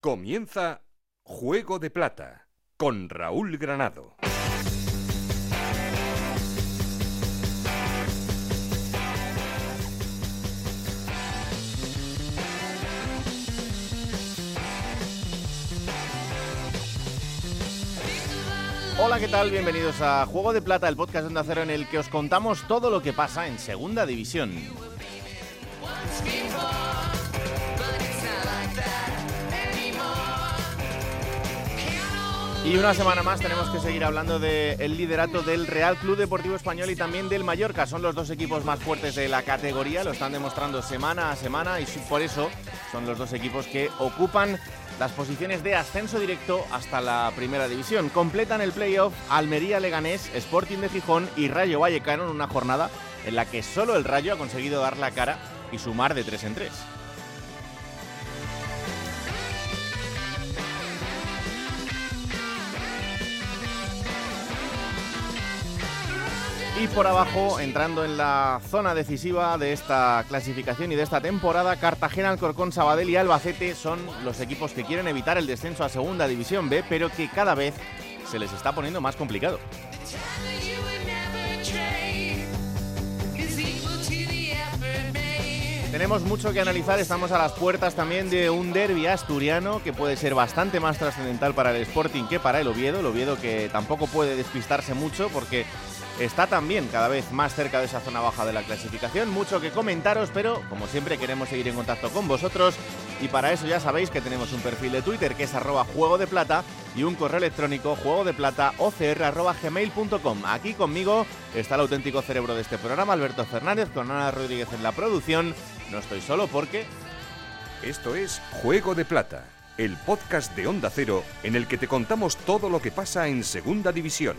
Comienza Juego de Plata con Raúl Granado. Hola, ¿qué tal? Bienvenidos a Juego de Plata, el podcast de Onda Cero en el que os contamos todo lo que pasa en Segunda División. Y una semana más tenemos que seguir hablando del liderato del Real Club Deportivo Español y también del Mallorca. Son los dos equipos más fuertes de la categoría, lo están demostrando semana a semana y por eso son los dos equipos que ocupan las posiciones de ascenso directo hasta la Primera División. Completan el playoff Almería, Leganés, Sporting de Gijón y Rayo Vallecano en una jornada en la que solo el Rayo ha conseguido dar la cara y sumar de 3 en 3. Y por abajo, entrando en la zona decisiva de esta clasificación y de esta temporada, Cartagena, Alcorcón, Sabadell y Albacete son los equipos que quieren evitar el descenso a Segunda División B, pero que cada vez se les está poniendo más complicado. Tenemos mucho que analizar, estamos a las puertas también de un derbi asturiano que puede ser bastante más trascendental para el Sporting que para el Oviedo que tampoco puede despistarse mucho porque está también cada vez más cerca de esa zona baja de la clasificación. Mucho que comentaros, pero como siempre queremos seguir en contacto con vosotros y para eso ya sabéis que tenemos un perfil de Twitter que es @juegodeplata y un correo electrónico juegodeplata@ocr@gmail.com. Aquí conmigo está el auténtico cerebro de este programa, Alberto Fernández, con Ana Rodríguez en la producción. No estoy solo porque... Esto es Juego de Plata, el podcast de Onda Cero en el que te contamos todo lo que pasa en Segunda División.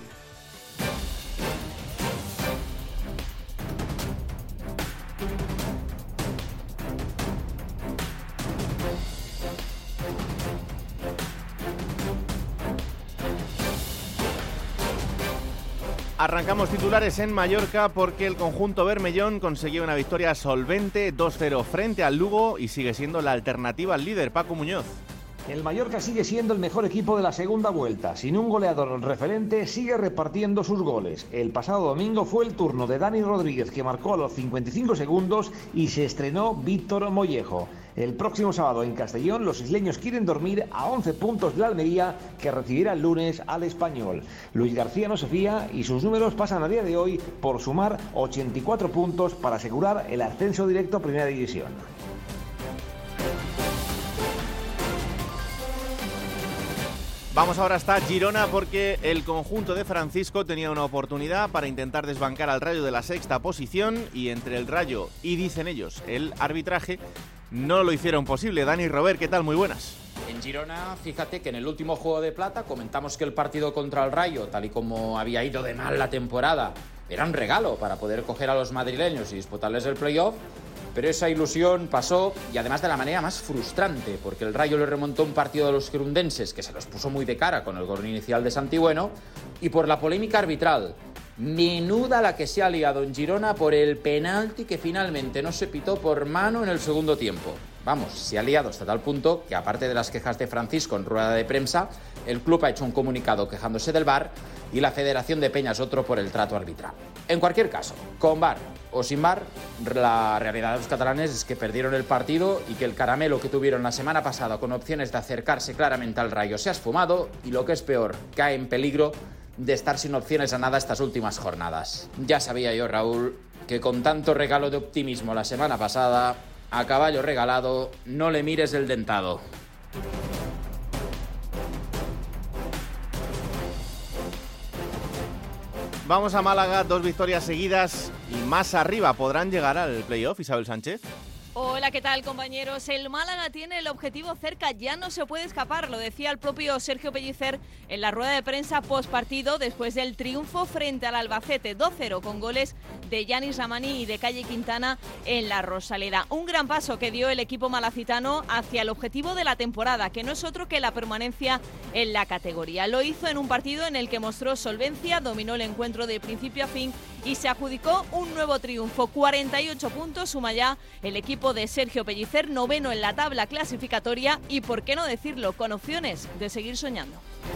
Arrancamos titulares en Mallorca porque el conjunto bermellón consiguió una victoria solvente 2-0 frente al Lugo y sigue siendo la alternativa al líder, Paco Muñoz. El Mallorca sigue siendo el mejor equipo de la segunda vuelta. Sin un goleador referente, sigue repartiendo sus goles. El pasado domingo fue el turno de Dani Rodríguez, que marcó a los 55 segundos y se estrenó Víctor Mollejo. El próximo sábado en Castellón, los isleños quieren dormir a 11 puntos de la Almería, que recibirá el lunes al Español. Luis García no se fía y sus números pasan a día de hoy por sumar 84 puntos para asegurar el ascenso directo a Primera División. Vamos ahora hasta Girona porque el conjunto de Francisco tenía una oportunidad para intentar desbancar al Rayo de la sexta posición y entre el Rayo y, dicen ellos, el arbitraje, no lo hicieron posible. Dani Robert, ¿qué tal? Muy buenas. En Girona, fíjate que en el último Juego de Plata comentamos que el partido contra el Rayo, tal y como había ido de mal la temporada, era un regalo para poder coger a los madrileños y disputarles el playoff, pero esa ilusión pasó y además de la manera más frustrante, porque el Rayo le remontó un partido de los gerundenses que se los puso muy de cara con el gol inicial de Santibueno y por la polémica arbitral. Menuda la que se ha liado en Girona por el penalti que finalmente no se pitó por mano en el segundo tiempo. Vamos, se ha liado hasta tal punto que, aparte de las quejas de Francisco en rueda de prensa, el club ha hecho un comunicado quejándose del VAR y la Federación de Peñas otro por el trato arbitral. En cualquier caso, con VAR o sin VAR, la realidad de los catalanes es que perdieron el partido y que el caramelo que tuvieron la semana pasada con opciones de acercarse claramente al Rayo se ha esfumado y, lo que es peor, cae en peligro de estar sin opciones a nada estas últimas jornadas. Ya sabía yo, Raúl, que con tanto regalo de optimismo la semana pasada, a caballo regalado, no le mires el dentado. Vamos a Málaga, 2 victorias seguidas y más arriba. ¿Podrán llegar al playoff, Isabel Sánchez? Hola, ¿qué tal, compañeros? El Málaga tiene el objetivo cerca, ya no se puede escapar, lo decía el propio Sergio Pellicer en la rueda de prensa postpartido después del triunfo frente al Albacete 2-0 con goles de Yanis Ramani y de Calle Quintana en la Rosaleda. Un gran paso que dio el equipo malacitano hacia el objetivo de la temporada, que no es otro que la permanencia en la categoría. Lo hizo en un partido en el que mostró solvencia, dominó el encuentro de principio a fin y se adjudicó un nuevo triunfo. 48 puntos suma ya el equipo equipo de Sergio Pellicer, 9º en la tabla clasificatoria y, por qué no decirlo, con opciones de seguir soñando.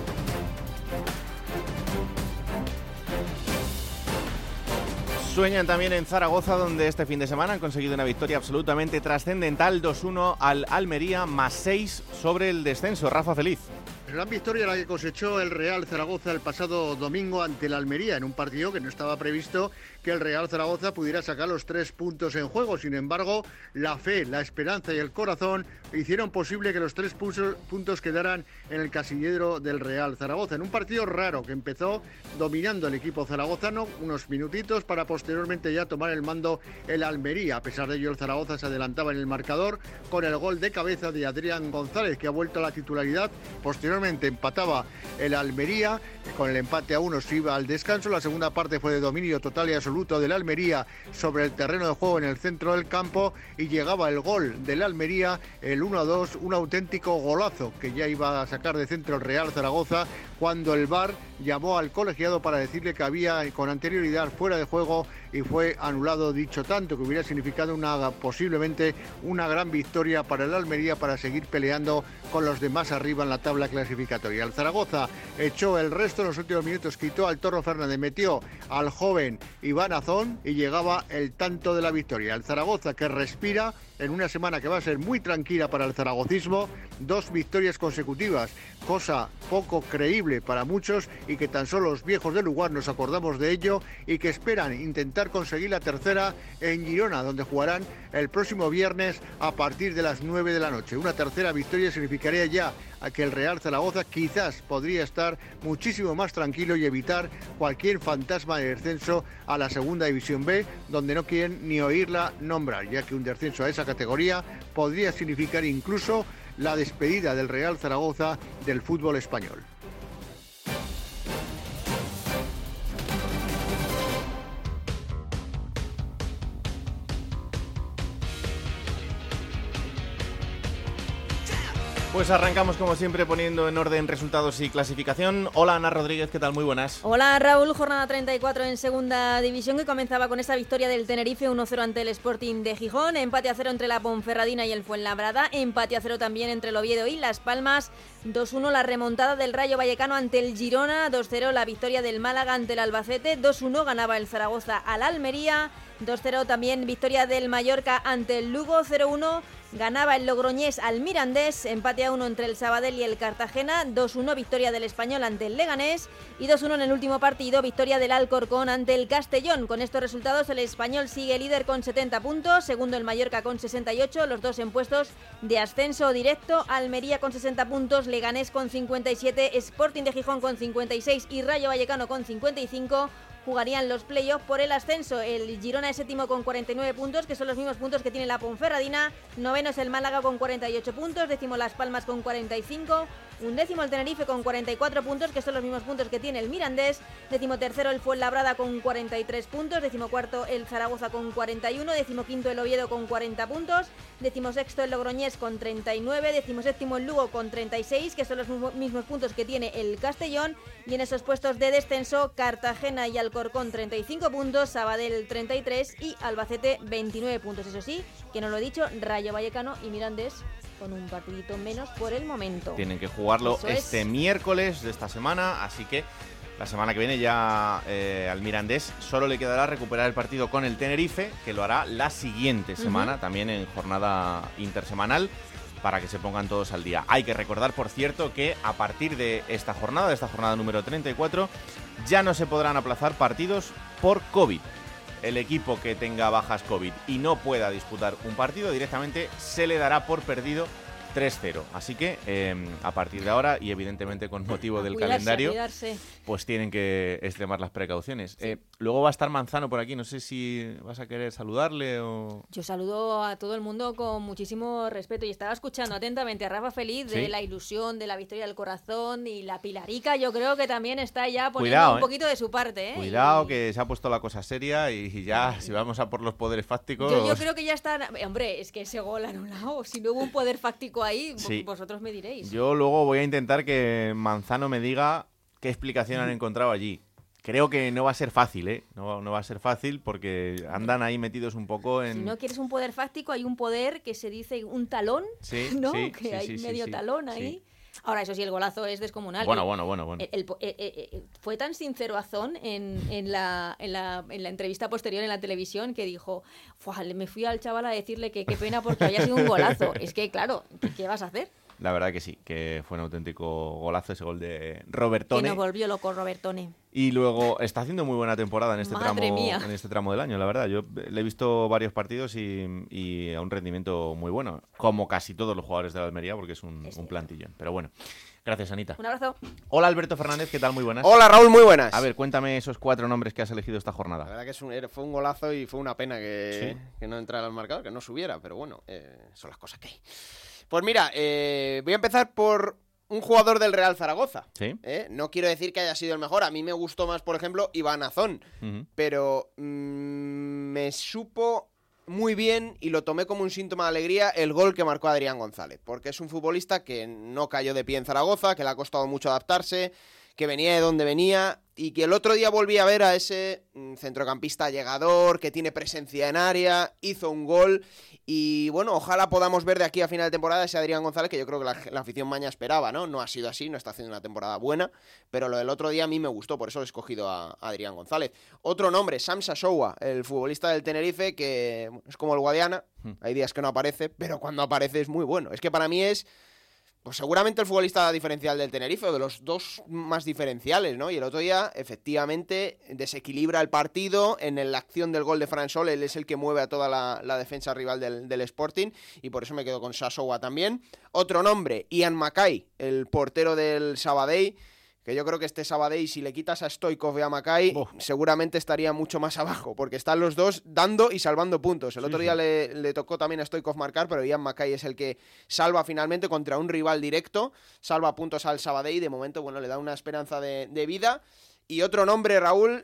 Sueñan también en Zaragoza, donde este fin de semana han conseguido una victoria absolutamente trascendental, 2-1 al Almería, +6 sobre el descenso. Rafa Feliz. Gran victoria la que cosechó el Real Zaragoza el pasado domingo ante el Almería, en un partido que no estaba previsto que el Real Zaragoza pudiera sacar los 3 puntos en juego. Sin embargo, la fe, la esperanza y el corazón hicieron posible que los 3 puntos quedaran en el casillero del Real Zaragoza. En un partido raro que empezó dominando el equipo zaragozano unos minutitos para posteriormente ya tomar el mando el Almería. A pesar de ello, el Zaragoza se adelantaba en el marcador con el gol de cabeza de Adrián González, que ha vuelto a la titularidad. Posteriormente empataba el Almería, con el empate a 1 se iba al descanso. La segunda parte fue de dominio total y absoluto del Almería sobre el terreno de juego en el centro del campo, y llegaba el gol del Almería, el 1-2, un auténtico golazo que ya iba a sacar de centro el Real Zaragoza cuando el VAR llamó al colegiado para decirle que había con anterioridad fuera de juego, y fue anulado dicho tanto, que hubiera significado posiblemente una gran victoria para el Almería para seguir peleando con los demás arriba en la tabla clasificatoria. El Zaragoza echó el resto en los últimos minutos, quitó al Torro Fernández, metió al joven Iván Azón y llegaba el tanto de la victoria. El Zaragoza que respira en una semana que va a ser muy tranquila para el zaragocismo, 2 victorias consecutivas, cosa poco creíble para muchos, y que tan solo los viejos del lugar nos acordamos de ello, y que esperan intentar conseguir la tercera en Girona, donde jugarán el próximo viernes a partir de las 9 de la noche. Una tercera victoria significaría ya a que el Real Zaragoza quizás podría estar muchísimo más tranquilo y evitar cualquier fantasma de descenso a la segunda división B, donde no quieren ni oírla nombrar, ya que un descenso a esa categoría podría significar incluso la despedida del Real Zaragoza del fútbol español. Pues arrancamos como siempre poniendo en orden resultados y clasificación. Hola Ana Rodríguez, ¿qué tal? Muy buenas. Hola Raúl, jornada 34 en segunda división, que comenzaba con esa victoria del Tenerife 1-0 ante el Sporting de Gijón, empate a 0 entre la Ponferradina y el Fuenlabrada, empate a 0 también entre el Oviedo y Las Palmas, 2-1 la remontada del Rayo Vallecano ante el Girona, 2-0 la victoria del Málaga ante el Albacete, 2-1 ganaba el Zaragoza al Almería, 2-0 también victoria del Mallorca ante el Lugo, 0-1 ganaba el Logroñés al Mirandés, empate a 1 entre el Sabadell y el Cartagena, 2-1 victoria del Español ante el Leganés y 2-1 en el último partido, victoria del Alcorcón ante el Castellón. Con estos resultados el Español sigue líder con 70 puntos, segundo el Mallorca con 68, los dos en puestos de ascenso directo, Almería con 60 puntos, Leganés con 57, Sporting de Gijón con 56 y Rayo Vallecano con 55. Jugarían los playoffs por el ascenso. El Girona es séptimo con 49 puntos, que son los mismos puntos que tiene la Ponferradina. Noveno es el Málaga con 48 puntos. Décimo Las Palmas con 45. Undécimo el Tenerife con 44 puntos, que son los mismos puntos que tiene el Mirandés. Décimo tercero el Fuenlabrada con 43 puntos. Décimo cuarto el Zaragoza con 41. Décimo quinto el Oviedo con 40 puntos. Décimo sexto el Logroñés con 39. Décimo séptimo el Lugo con 36, que son los mismos puntos que tiene el Castellón. Y en esos puestos de descenso, Cartagena y Alcorcón 35 puntos, Sabadell 33 y Albacete 29 puntos. Eso sí, que no lo he dicho, Rayo Vallecano y Mirandés con un partidito menos por el momento. Tienen que jugarlo miércoles de esta semana, así que la semana que viene ya al Mirandés solo le quedará recuperar el partido con el Tenerife, que lo hará la siguiente semana, también en jornada intersemanal, para que se pongan todos al día. Hay que recordar, por cierto, que a partir de esta jornada número 34, ya no se podrán aplazar partidos por COVID. El equipo que tenga bajas COVID y no pueda disputar un partido, directamente se le dará por perdido 3-0. Así que a partir de ahora, y evidentemente con motivo del calendario, pues tienen que extremar las precauciones. Sí. Luego va a estar Manzano por aquí, no sé si vas a querer saludarle o... Yo saludo a todo el mundo con muchísimo respeto y estaba escuchando atentamente a Rafa Feliz de la ilusión, de la victoria del corazón, y la Pilarica yo creo que también está ya poniendo un poquito de su parte. Cuidado, que se ha puesto la cosa seria y ya si vamos a por los poderes fácticos... Yo creo que ya están... Hombre, es que ese gol anulado, si no hubo un poder fáctico ahí, vosotros me diréis. Yo luego voy a intentar que Manzano me diga qué explicación han encontrado allí. Creo que no va a ser fácil, ¿eh? No va a ser fácil porque andan ahí metidos un poco en... Si no quieres un poder fáctico, hay un poder que se dice un talón, sí, ¿no? Sí, que sí, hay sí, medio sí, talón sí. ahí. Ahora, eso sí, el golazo es descomunal. Bueno. Fue tan sincero Azón en la entrevista posterior en la televisión que dijo, me fui al chaval a decirle que qué pena porque había sido un golazo. Es que, claro, ¿qué vas a hacer? La verdad que sí, que fue un auténtico golazo ese gol de Robertone. Que nos volvió loco Robertone. Y luego está haciendo muy buena temporada en Madre mía. en este tramo del año, la verdad. Yo le he visto varios partidos y a un rendimiento muy bueno, como casi todos los jugadores de la Almería, porque es un plantillón. Pero bueno, gracias, Anita. Un abrazo. Hola, Alberto Fernández, ¿qué tal? Muy buenas. Hola, Raúl, muy buenas. A ver, cuéntame esos 4 nombres que has elegido esta La jornada. verdad que fue un golazo y fue una pena que no entrara al marcador, que no subiera, pero bueno, son las cosas que hay. Pues mira, voy a empezar por un jugador del Real Zaragoza. Sí. No quiero decir que haya sido el mejor. A mí me gustó más, por ejemplo, Iván Azón. Pero me supo muy bien y lo tomé como un síntoma de alegría el gol que marcó Adrián González. Porque es un futbolista que no cayó de pie en Zaragoza, que le ha costado mucho adaptarse, que venía de donde venía y que el otro día volví a ver a ese centrocampista llegador, que tiene presencia en área, hizo un gol y bueno, ojalá podamos ver de aquí a final de temporada ese Adrián González que yo creo que la afición maña esperaba, ¿no? No ha sido así, no está haciendo una temporada buena, pero lo del otro día a mí me gustó, por eso he escogido a Adrián González. Otro nombre, Samsa Showa, el futbolista del Tenerife, que es como el Guadiana, hay días que no aparece, pero cuando aparece es muy bueno. Es que para mí es... pues seguramente el futbolista diferencial del Tenerife, o de los dos más diferenciales, ¿no? Y el otro día, efectivamente, desequilibra el partido. En la acción del gol de Fran Sol, él es el que mueve a toda la defensa rival del Sporting, y por eso me quedo con Sasowa también. Otro nombre, Ian Mackay, el portero del Sabadell, que yo creo que este Sabadell, si le quitas a Stoikov y a Mackay, seguramente estaría mucho más abajo, porque están los dos dando y salvando puntos. El otro día le tocó también a Stoikov marcar, pero Ian Mackay es el que salva finalmente contra un rival directo, salva puntos al Sabadell y de momento, bueno, le da una esperanza de vida. Y otro nombre, Raúl,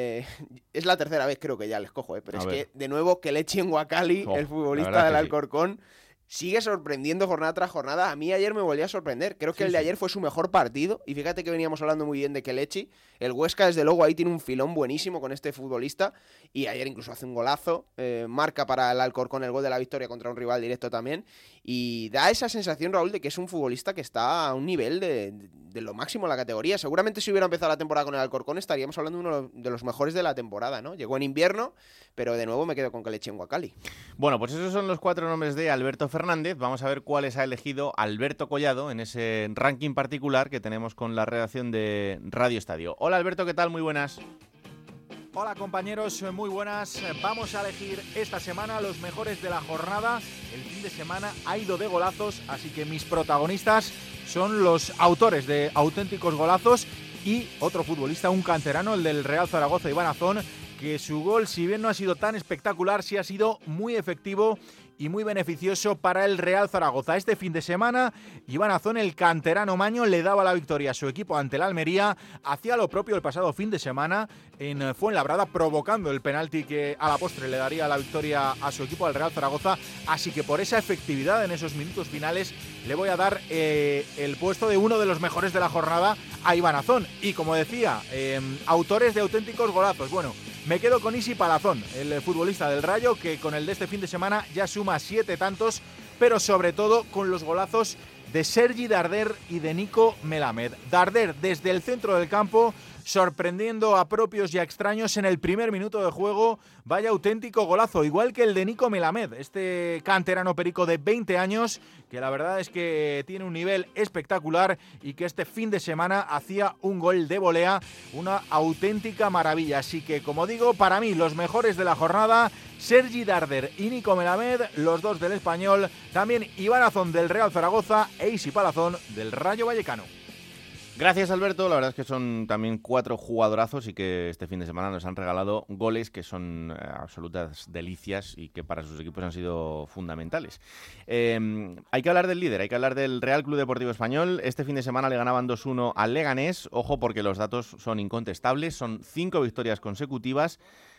es la tercera vez creo que ya les cojo, pero que, de nuevo, Kelechi Nwakali, el futbolista del Alcorcón, sigue sorprendiendo jornada tras jornada. A mí ayer me volvía a sorprender. Creo que el de ayer fue su mejor partido. Y fíjate que veníamos hablando muy bien de Kelechi. El Huesca, desde luego, ahí tiene un filón buenísimo con este futbolista. Y ayer incluso hace un golazo. Marca para el Alcorcón el gol de la victoria contra un rival directo también. Y da esa sensación, Raúl, de que es un futbolista que está a un nivel de lo máximo en la categoría. Seguramente si hubiera empezado la temporada con el Alcorcón estaríamos hablando de uno de los mejores de la temporada, ¿no? Llegó en invierno, pero de nuevo me quedo con Kelechi Nwakali. Bueno, pues esos son los 4 nombres de Alberto Fernández. Vamos a ver cuáles ha elegido Alberto Collado en ese ranking particular que tenemos con la redacción de Radio Estadio. Hola Alberto, ¿qué tal? Muy buenas. Hola compañeros, muy buenas. Vamos a elegir esta semana los mejores de la jornada. El fin de semana ha ido de golazos, así que mis protagonistas son los autores de auténticos golazos y otro futbolista, un canterano, el del Real Zaragoza, Iván Azón, que su gol, si bien no ha sido tan espectacular, sí ha sido muy efectivo y muy beneficioso para el Real Zaragoza. Este fin de semana, Iván Azón, el canterano maño, le daba la victoria a su equipo ante el Almería. Hacía lo propio el pasado fin de semana en Fuenlabrada, provocando el penalti que a la postre le daría la victoria a su equipo, al Real Zaragoza. Así que por esa efectividad en esos minutos finales le voy a dar el puesto de uno de los mejores de la jornada a Iván Azón. Y como decía, autores de auténticos golazos. Bueno, me quedo con Isi Palazón, el futbolista del Rayo, que con el de este fin de semana ya suma 7 tantos, pero sobre todo con los golazos de Sergi Darder y de Nico Melamed. Darder desde el centro del campo, sorprendiendo a propios y a extraños en el primer minuto de juego. Vaya auténtico golazo, igual que el de Nico Melamed, este canterano perico de 20 años, que la verdad es que tiene un nivel espectacular y que este fin de semana hacía un gol de volea, una auténtica maravilla. Así que, como digo, para mí los mejores de la jornada, Sergi Darder y Nico Melamed, los dos del Español, también Iván Azón del Real Zaragoza e Isi Palazón del Rayo Vallecano. Gracias, Alberto. La verdad es que son también 4 jugadorazos y que este fin de semana nos han regalado goles que son absolutas delicias y que para sus equipos han sido fundamentales. Hay que hablar del líder, hay que hablar del Real Club Deportivo Español. Este fin de semana le ganaban 2-1 al Leganés. Ojo, porque los datos son incontestables. Son 5 victorias consecutivas,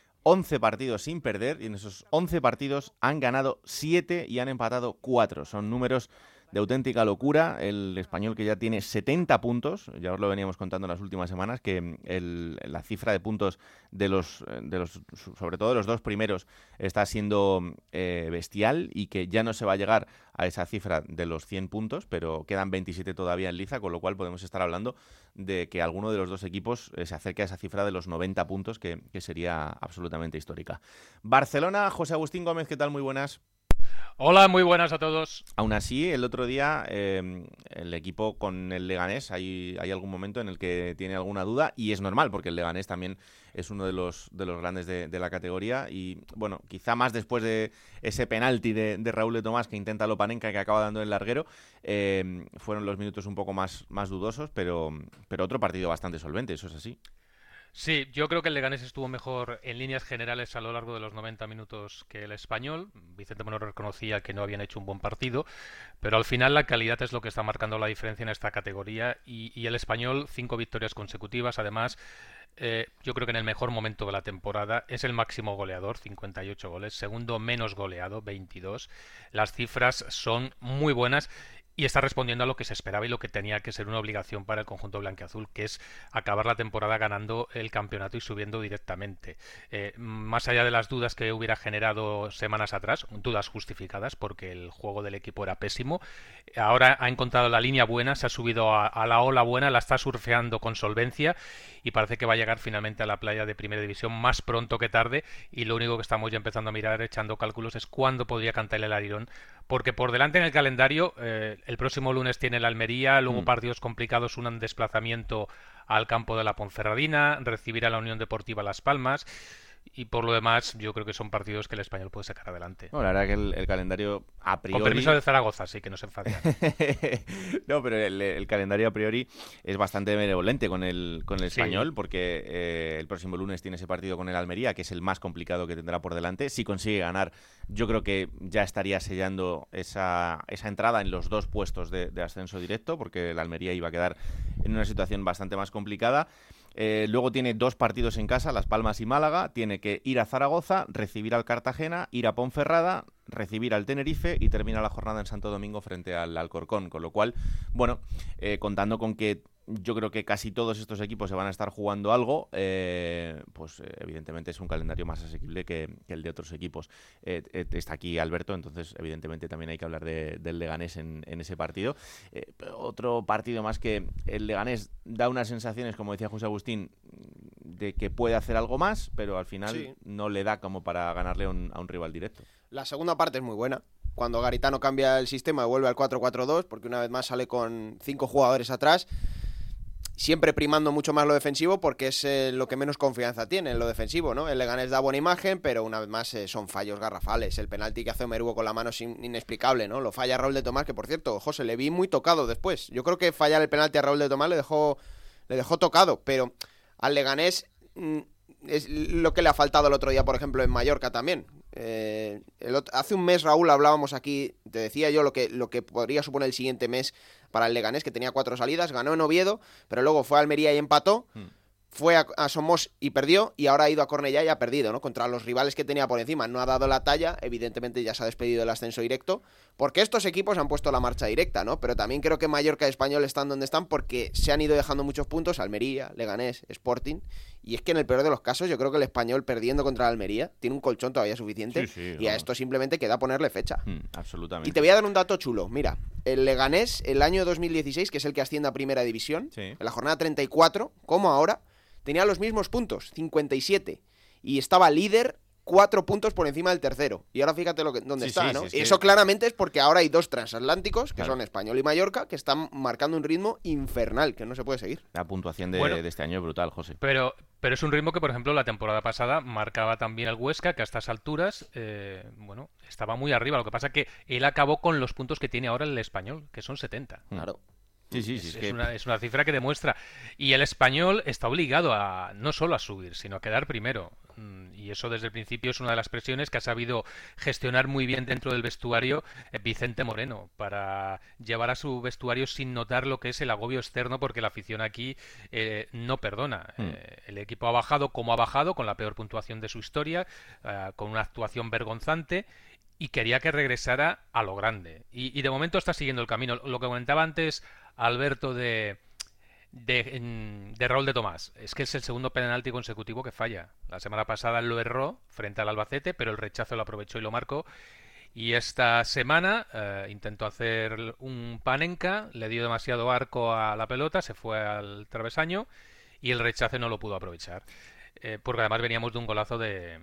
11 partidos sin perder, y en esos 11 partidos han ganado 7 y han empatado 4. Son números auténtica locura. El Español, que ya tiene 70 puntos, ya os lo veníamos contando en las últimas semanas, que la cifra de puntos de los sobre todo de los dos primeros está siendo bestial, y que ya no se va a llegar a esa cifra de los 100 puntos, pero quedan 27 todavía en liza, con lo cual podemos estar hablando de que alguno de los dos equipos se acerque a esa cifra de los 90 puntos, que sería absolutamente histórica. Barcelona, José Agustín Gómez, ¿qué tal? Muy buenas. Hola, muy buenas a todos. Aún así, el otro día el equipo con el Leganés, hay algún momento en el que tiene alguna duda, y es normal, porque el Leganés también es uno de los grandes de la categoría, y bueno, quizá más después de ese penalti de Raúl de Tomás que intenta Lopanenka, que acaba dando el larguero, fueron los minutos un poco más dudosos, pero otro partido bastante solvente, eso es así. Sí, yo creo que el Leganés estuvo mejor en líneas generales a lo largo de los 90 minutos que el Español. Vicente Moreno reconocía que no habían hecho un buen partido, pero al final la calidad es lo que está marcando la diferencia en esta categoría, y el Español 5 victorias consecutivas. Además, yo creo que en el mejor momento de la temporada es el máximo goleador, 58 goles, segundo menos goleado, 22. Las cifras son muy buenas y está respondiendo a lo que se esperaba y lo que tenía que ser una obligación para el conjunto blanquiazul, que es acabar la temporada ganando el campeonato y subiendo directamente. Más allá de las dudas que hubiera generado semanas atrás, dudas justificadas porque el juego del equipo era pésimo, ahora ha encontrado la línea buena, se ha subido a la ola buena, la está surfeando con solvencia, y parece que va a llegar finalmente a la playa de Primera División más pronto que tarde, y lo único que estamos ya empezando a mirar, echando cálculos, es cuándo podría cantar el arirón, porque por delante en el calendario el próximo lunes tiene la Almería, luego partidos complicados, un desplazamiento al campo de la Ponferradina, recibir a la Unión Deportiva Las Palmas, y por lo demás yo creo que son partidos que el Español puede sacar adelante. Bueno, la verdad que el calendario a priori... Con permiso de Zaragoza, sí, que no se enfadea. No, pero el calendario a priori es bastante benevolente con el Español, sí, porque el próximo lunes tiene ese partido con el Almería, que es el más complicado que tendrá por delante. Si consigue ganar, yo creo que ya estaría sellando esa entrada en los dos puestos de ascenso directo, porque el Almería iba a quedar en una situación bastante más complicada. Luego tiene 2 partidos en casa, Las Palmas y Málaga. Tiene que ir a Zaragoza, recibir al Cartagena, ir a Ponferrada, recibir al Tenerife, y termina la jornada en Santo Domingo frente al Alcorcón. Con lo cual, bueno, contando con que yo creo que casi todos estos equipos se van a estar jugando algo, pues evidentemente es un calendario más asequible que el de otros equipos. Está aquí Alberto, entonces evidentemente también hay que hablar del Leganés en ese partido. Otro partido más que el Leganés da unas sensaciones, como decía José Agustín, de que puede hacer algo más, pero al final sí, no le da como para ganarle a un rival directo. La segunda parte es muy buena, cuando Garitano cambia el sistema y vuelve al 4-4-2, porque una vez más sale con 5 jugadores atrás, siempre primando mucho más lo defensivo, porque es lo que menos confianza tiene en lo defensivo, ¿no? El Leganés da buena imagen, pero una vez más son fallos garrafales. El penalti que hace Omerugo con la mano es inexplicable, ¿no? Lo falla Raúl de Tomás, que por cierto, José, le vi muy tocado después. Yo creo que fallar el penalti a Raúl de Tomás le dejó tocado, pero al Leganés es lo que le ha faltado el otro día, por ejemplo, en Mallorca también. Hace un mes, Raúl, hablábamos aquí, te decía yo lo que podría suponer el siguiente mes para el Leganés, que tenía 4 salidas, ganó en Oviedo, pero luego fue a Almería y empató, fue a Somos y perdió, y ahora ha ido a Cornellá y ha perdido, ¿no? Contra los rivales que tenía por encima. No ha dado la talla, evidentemente ya se ha despedido del ascenso directo, porque estos equipos han puesto la marcha directa, ¿no? Pero también creo que Mallorca y Español están donde están porque se han ido dejando muchos puntos, Almería, Leganés, Sporting, y es que en el peor de los casos yo creo que el Español, perdiendo contra la Almería, tiene un colchón todavía suficiente, y a esto simplemente queda ponerle fecha. Absolutamente. Y te voy a dar un dato chulo, mira, el Leganés, el año 2016, que es el que asciende a Primera División, en la jornada 34, como ahora, tenía los mismos puntos, 57, y estaba líder 4 puntos por encima del tercero. Y ahora fíjate dónde está, ¿no? Y eso claramente es porque ahora hay 2 transatlánticos, que son Español y Mallorca, que están marcando un ritmo infernal, que no se puede seguir. La puntuación de este año es brutal, José. Pero es un ritmo que, por ejemplo, la temporada pasada marcaba también el Huesca, que a estas alturas, estaba muy arriba. Lo que pasa es que él acabó con los puntos que tiene ahora el Español, que son 70. Claro. Sí, es una cifra que demuestra. Y el Español está obligado a no solo a subir, sino a quedar primero. Y eso desde el principio es una de las presiones que ha sabido gestionar muy bien dentro del vestuario Vicente Moreno, para llevar a su vestuario sin notar lo que es el agobio externo, porque la afición aquí no perdona. El equipo ha bajado como ha bajado, con la peor puntuación de su historia, con una actuación vergonzante. y quería que regresara a lo grande. Y de momento está siguiendo el camino. Lo que comentaba antes Alberto de Raúl de Tomás, es que es el segundo penalti consecutivo que falla. La semana pasada lo erró frente al Albacete, pero el rechazo lo aprovechó y lo marcó. Y esta semana intentó hacer un Panenka, le dio demasiado arco a la pelota, se fue al travesaño y el rechace no lo pudo aprovechar. Porque además veníamos de un golazo de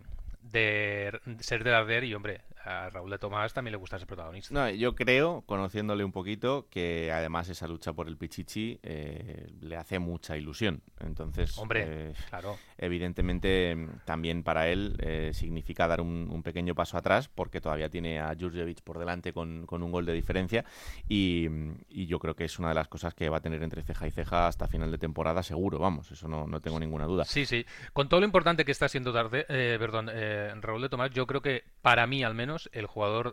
Serge Darder y, hombre, a Raúl de Tomás también le gusta ser protagonista. No, yo creo, conociéndole un poquito, que además esa lucha por el Pichichi le hace mucha ilusión. Entonces, hombre, claro, evidentemente también para él significa dar un pequeño paso atrás, porque todavía tiene a Djurdjevic por delante con un gol de diferencia y yo creo que es una de las cosas que va a tener entre ceja y ceja hasta final de temporada seguro, vamos, eso no tengo ninguna duda. Sí, con todo lo importante que está siendo Raúl de Tomás, yo creo que para mí al menos el jugador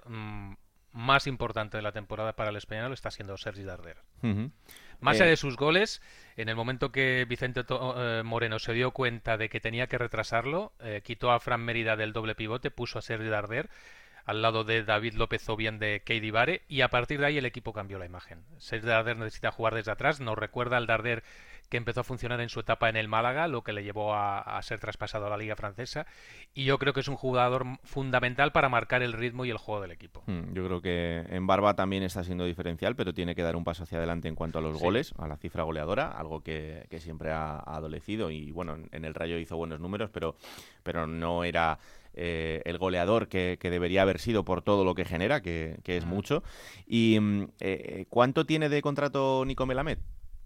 más importante de la temporada para el español está siendo Sergi Darder. Más allá de sus goles, en el momento que Vicente Moreno se dio cuenta de que tenía que retrasarlo, quitó a Fran Mérida del doble pivote, puso a Sergi Darder al lado de David López o bien de Keidi Bare, y a partir de ahí el equipo cambió la imagen. Sergi Darder necesita jugar desde atrás, nos recuerda al Darder que empezó a funcionar en su etapa en el Málaga, lo que le llevó a ser traspasado a la Liga Francesa, y yo creo que es un jugador fundamental para marcar el ritmo y el juego del equipo. Yo creo que en Barba también está siendo diferencial, pero tiene que dar un paso hacia adelante en cuanto a los goles, a la cifra goleadora, algo que siempre ha adolecido, y bueno, en el Rayo hizo buenos números, pero no era el goleador que debería haber sido por todo lo que genera, que es mucho. ¿Y cuánto tiene de contrato Nico Melamed?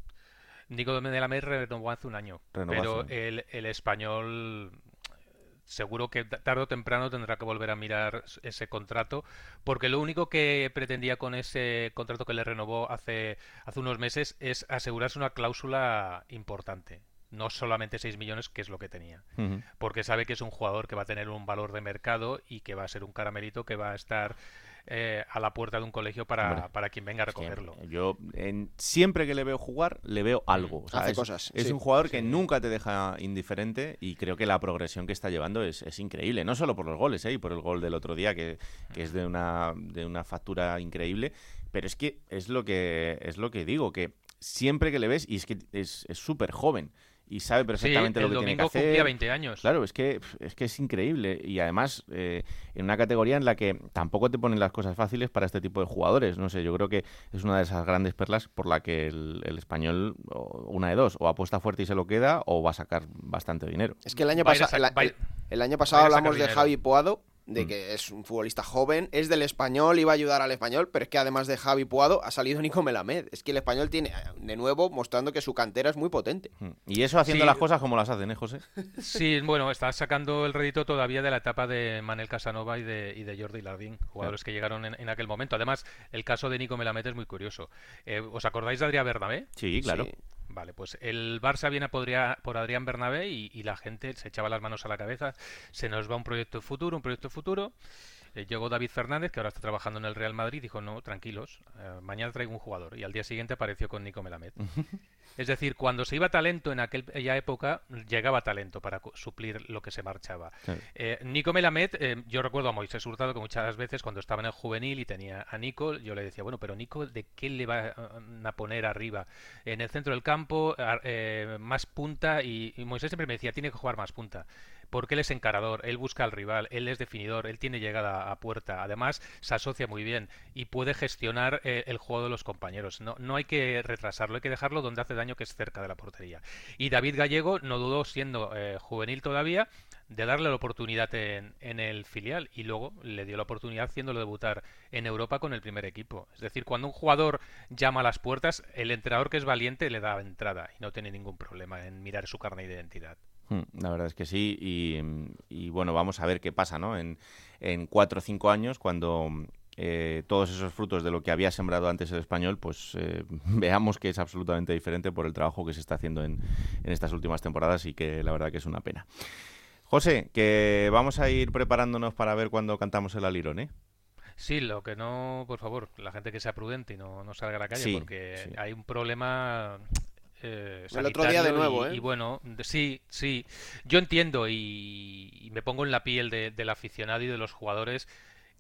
Nico Melamed renovó hace un año, pero el español seguro que tarde o temprano tendrá que volver a mirar ese contrato, porque lo único que pretendía con ese contrato que le renovó hace unos meses es asegurarse una cláusula importante. No solamente 6 millones, que es lo que tenía. Porque sabe que es un jugador que va a tener un valor de mercado y que va a ser un caramelito que va a estar a la puerta de un colegio para quien venga a recogerlo. Yo siempre que le veo jugar, le veo algo. O sea, hace cosas. Es un jugador que nunca te deja indiferente, y creo que la progresión que está llevando es increíble. No solo por los goles, y por el gol del otro día, que es de una factura increíble, pero es que es lo que digo, que siempre que le ves, y es que es súper joven y sabe perfectamente lo que tiene que hacer. El domingo cumplía 20 años. Claro, es que es increíble, y además en una categoría en la que tampoco te ponen las cosas fáciles para este tipo de jugadores. No sé, yo creo que es una de esas grandes perlas por la que el español, una de dos, o apuesta fuerte y se lo queda, o va a sacar bastante dinero. Es que el año pasado hablamos de Javi Puado, de que es un futbolista joven, es del Español, iba a ayudar al Español, pero es que además de Javi Puado ha salido Nico Melamed. Es que el Español tiene, de nuevo, mostrando que su cantera es muy potente. Y eso haciendo las cosas como las hacen, José? Sí, bueno, está sacando el rédito todavía de la etapa de Manel Casanova y de Jordi Lardín, jugadores que llegaron en aquel momento. Además, el caso de Nico Melamed es muy curioso. ¿Os acordáis de Adrián Bernabé? Sí, claro. Sí. Vale, pues el Barça viene por Adrián Bernabé y la gente se echaba las manos a la cabeza. Se nos va un proyecto futuro. Llegó David Fernández, que ahora está trabajando en el Real Madrid, y dijo, no, tranquilos, mañana traigo un jugador. Y al día siguiente apareció con Nico Melamed. Es decir, cuando se iba talento en aquella época, llegaba talento para suplir lo que se marchaba. Sí. Nico Melamed, yo recuerdo a Moisés Hurtado que muchas veces cuando estaba en el juvenil y tenía a Nico, yo le decía, bueno, pero Nico, ¿de qué le va a poner arriba? En el centro del campo, más punta, y Moisés siempre me decía, tiene que jugar más punta. Porque él es encarador, él busca al rival, él es definidor, él tiene llegada a puerta, además se asocia muy bien y puede gestionar el juego de los compañeros. No hay que retrasarlo, hay que dejarlo donde hace daño, que es cerca de la portería. Y David Gallego no dudó, siendo juvenil todavía, de darle la oportunidad en el filial, y luego le dio la oportunidad haciéndolo debutar en Europa con el primer equipo. Es decir, cuando un jugador llama a las puertas, el entrenador, que es valiente, le da entrada y no tiene ningún problema en mirar su carnet de identidad. La verdad es que sí, y bueno, vamos a ver qué pasa, ¿no? En 4 o 5 años, cuando todos esos frutos de lo que había sembrado antes el Español, pues veamos que es absolutamente diferente por el trabajo que se está haciendo en estas últimas temporadas, y que la verdad que es una pena. José, que vamos a ir preparándonos para ver cuándo cantamos el Alirón, ¿eh? Sí, lo que no, por favor, la gente que sea prudente y no salga a la calle, porque hay un problema... el otro día de nuevo, y bueno, sí, yo entiendo y me pongo en la piel del aficionado y de los jugadores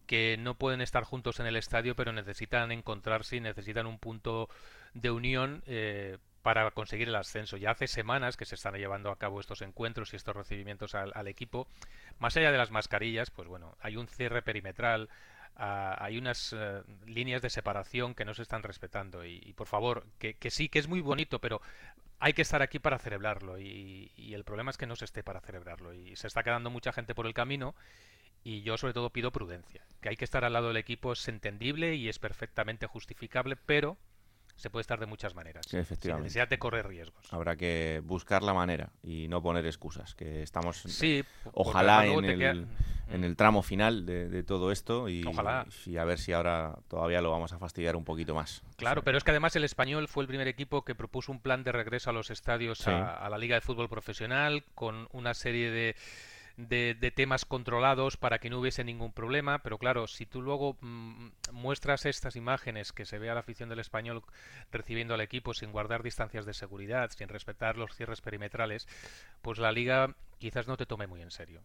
que no pueden estar juntos en el estadio, pero necesitan encontrarse y necesitan un punto de unión para conseguir el ascenso. Ya hace semanas que se están llevando a cabo estos encuentros y estos recibimientos al equipo. Más allá de las mascarillas, pues bueno, hay un cierre perimetral, hay unas líneas de separación que no se están respetando y por favor, que sí, que es muy bonito, pero hay que estar aquí para celebrarlo y el problema es que no se esté para celebrarlo y se está quedando mucha gente por el camino y yo sobre todo pido prudencia, que hay que estar al lado del equipo, es entendible y es perfectamente justificable, pero se puede estar de muchas maneras, sí, efectivamente, sin necesidad de correr riesgos. Habrá que buscar la manera y no poner excusas, que estamos sí, ojalá en el tramo final de todo esto y a ver si ahora todavía lo vamos a fastidiar un poquito más. Claro, pero es que además el Español fue el primer equipo que propuso un plan de regreso a los estadios, sí, a la Liga de Fútbol Profesional, con una serie de temas controlados para que no hubiese ningún problema, pero claro, si tú luego muestras estas imágenes que se ve a la afición del Español recibiendo al equipo sin guardar distancias de seguridad, sin respetar los cierres perimetrales, pues la Liga quizás no te tome muy en serio.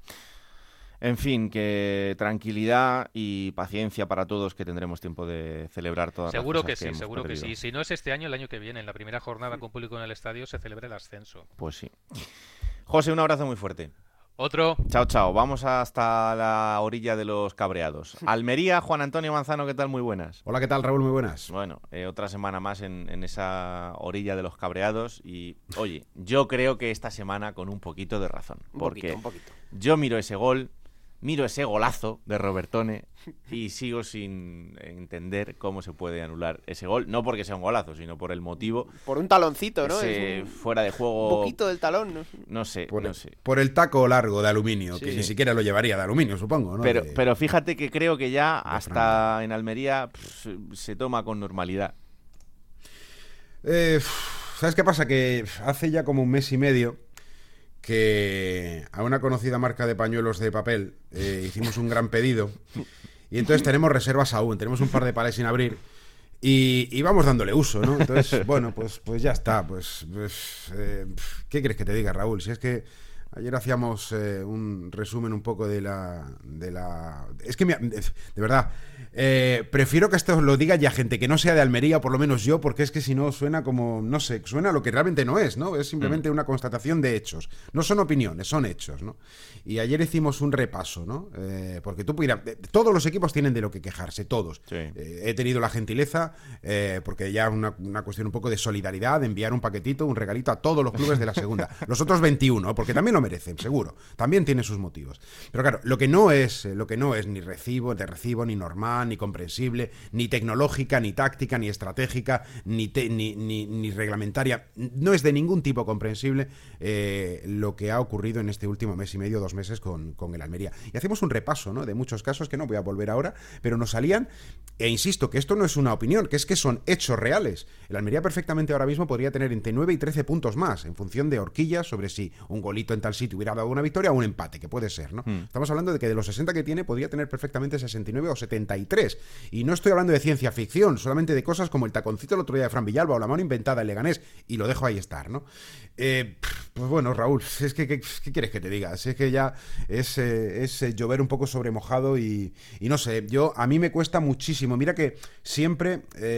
En fin, que tranquilidad y paciencia para todos, que tendremos tiempo de celebrar todas las cosas que hemos seguro perdido. que sí. Si no es este año, el año que viene, en la primera jornada con público en el estadio, se celebra el ascenso. Pues sí. José, un abrazo muy fuerte. Otro. Chao, chao. Vamos hasta la orilla de los cabreados. Almería, Juan Antonio Manzano, ¿qué tal? Muy buenas. Hola, ¿qué tal, Raúl? Muy buenas. Bueno, otra semana más en esa orilla de los cabreados y, oye, yo creo que esta semana con un poquito de razón. Porque un poquito. Yo miro ese gol, miro ese golazo de Robertone y sigo sin entender cómo se puede anular ese gol. No porque sea un golazo, sino por el motivo. Por un taloncito, ¿no? Fuera de juego. Un poquito del talón, ¿no? No sé. Por el taco largo de aluminio, sí, que ni siquiera lo llevaría de aluminio, supongo, ¿no? Pero fíjate que creo que ya hasta en Almería se toma con normalidad. ¿Sabes qué pasa? Que hace ya como un mes y medio que a una conocida marca de pañuelos de papel hicimos un gran pedido y entonces tenemos reservas aún, tenemos un par de palés sin abrir y vamos dándole uso, ¿no? Entonces, bueno, pues ya está, ¿qué quieres que te diga, Raúl? Si es que ayer hacíamos un resumen un poco de la... Es que, de verdad, prefiero que esto lo diga ya gente que no sea de Almería, o por lo menos yo, porque es que si no suena como, no sé, suena lo que realmente no es, ¿no? Es simplemente una constatación de hechos. No son opiniones, son hechos, ¿no? Y ayer hicimos un repaso, ¿no? Porque tú pudieras... Todos los equipos tienen de lo que quejarse, todos. Sí. He tenido la gentileza, porque ya una cuestión un poco de solidaridad, de enviar un paquetito, un regalito a todos los clubes de la segunda. Los otros 21, porque también lo merecen, seguro. También tiene sus motivos. Pero claro, lo que no es ni recibo, ni normal, ni comprensible, ni tecnológica, ni táctica, ni estratégica, ni reglamentaria, no es de ningún tipo comprensible lo que ha ocurrido en este último mes y medio, 2 meses con el Almería. Y hacemos un repaso, ¿no?, de muchos casos que no voy a volver ahora, pero nos salían, e insisto, que esto no es una opinión, que es que son hechos reales. El Almería perfectamente ahora mismo podría tener entre 9 y 13 puntos más, en función de horquillas sobre si un golito en tal sitio hubiera dado una victoria o un empate, que puede ser, ¿no? Estamos hablando de que de los 60 que tiene, podría tener perfectamente 69 o 73. Y no estoy hablando de ciencia ficción, solamente de cosas como el taconcito el otro día de Fran Villalba o la mano inventada en Leganés, y lo dejo ahí estar, ¿no? Pues bueno, Raúl, es que ¿qué quieres que te diga? Si es que ya es llover un poco sobre mojado y no sé, a mí me cuesta muchísimo. Mira que siempre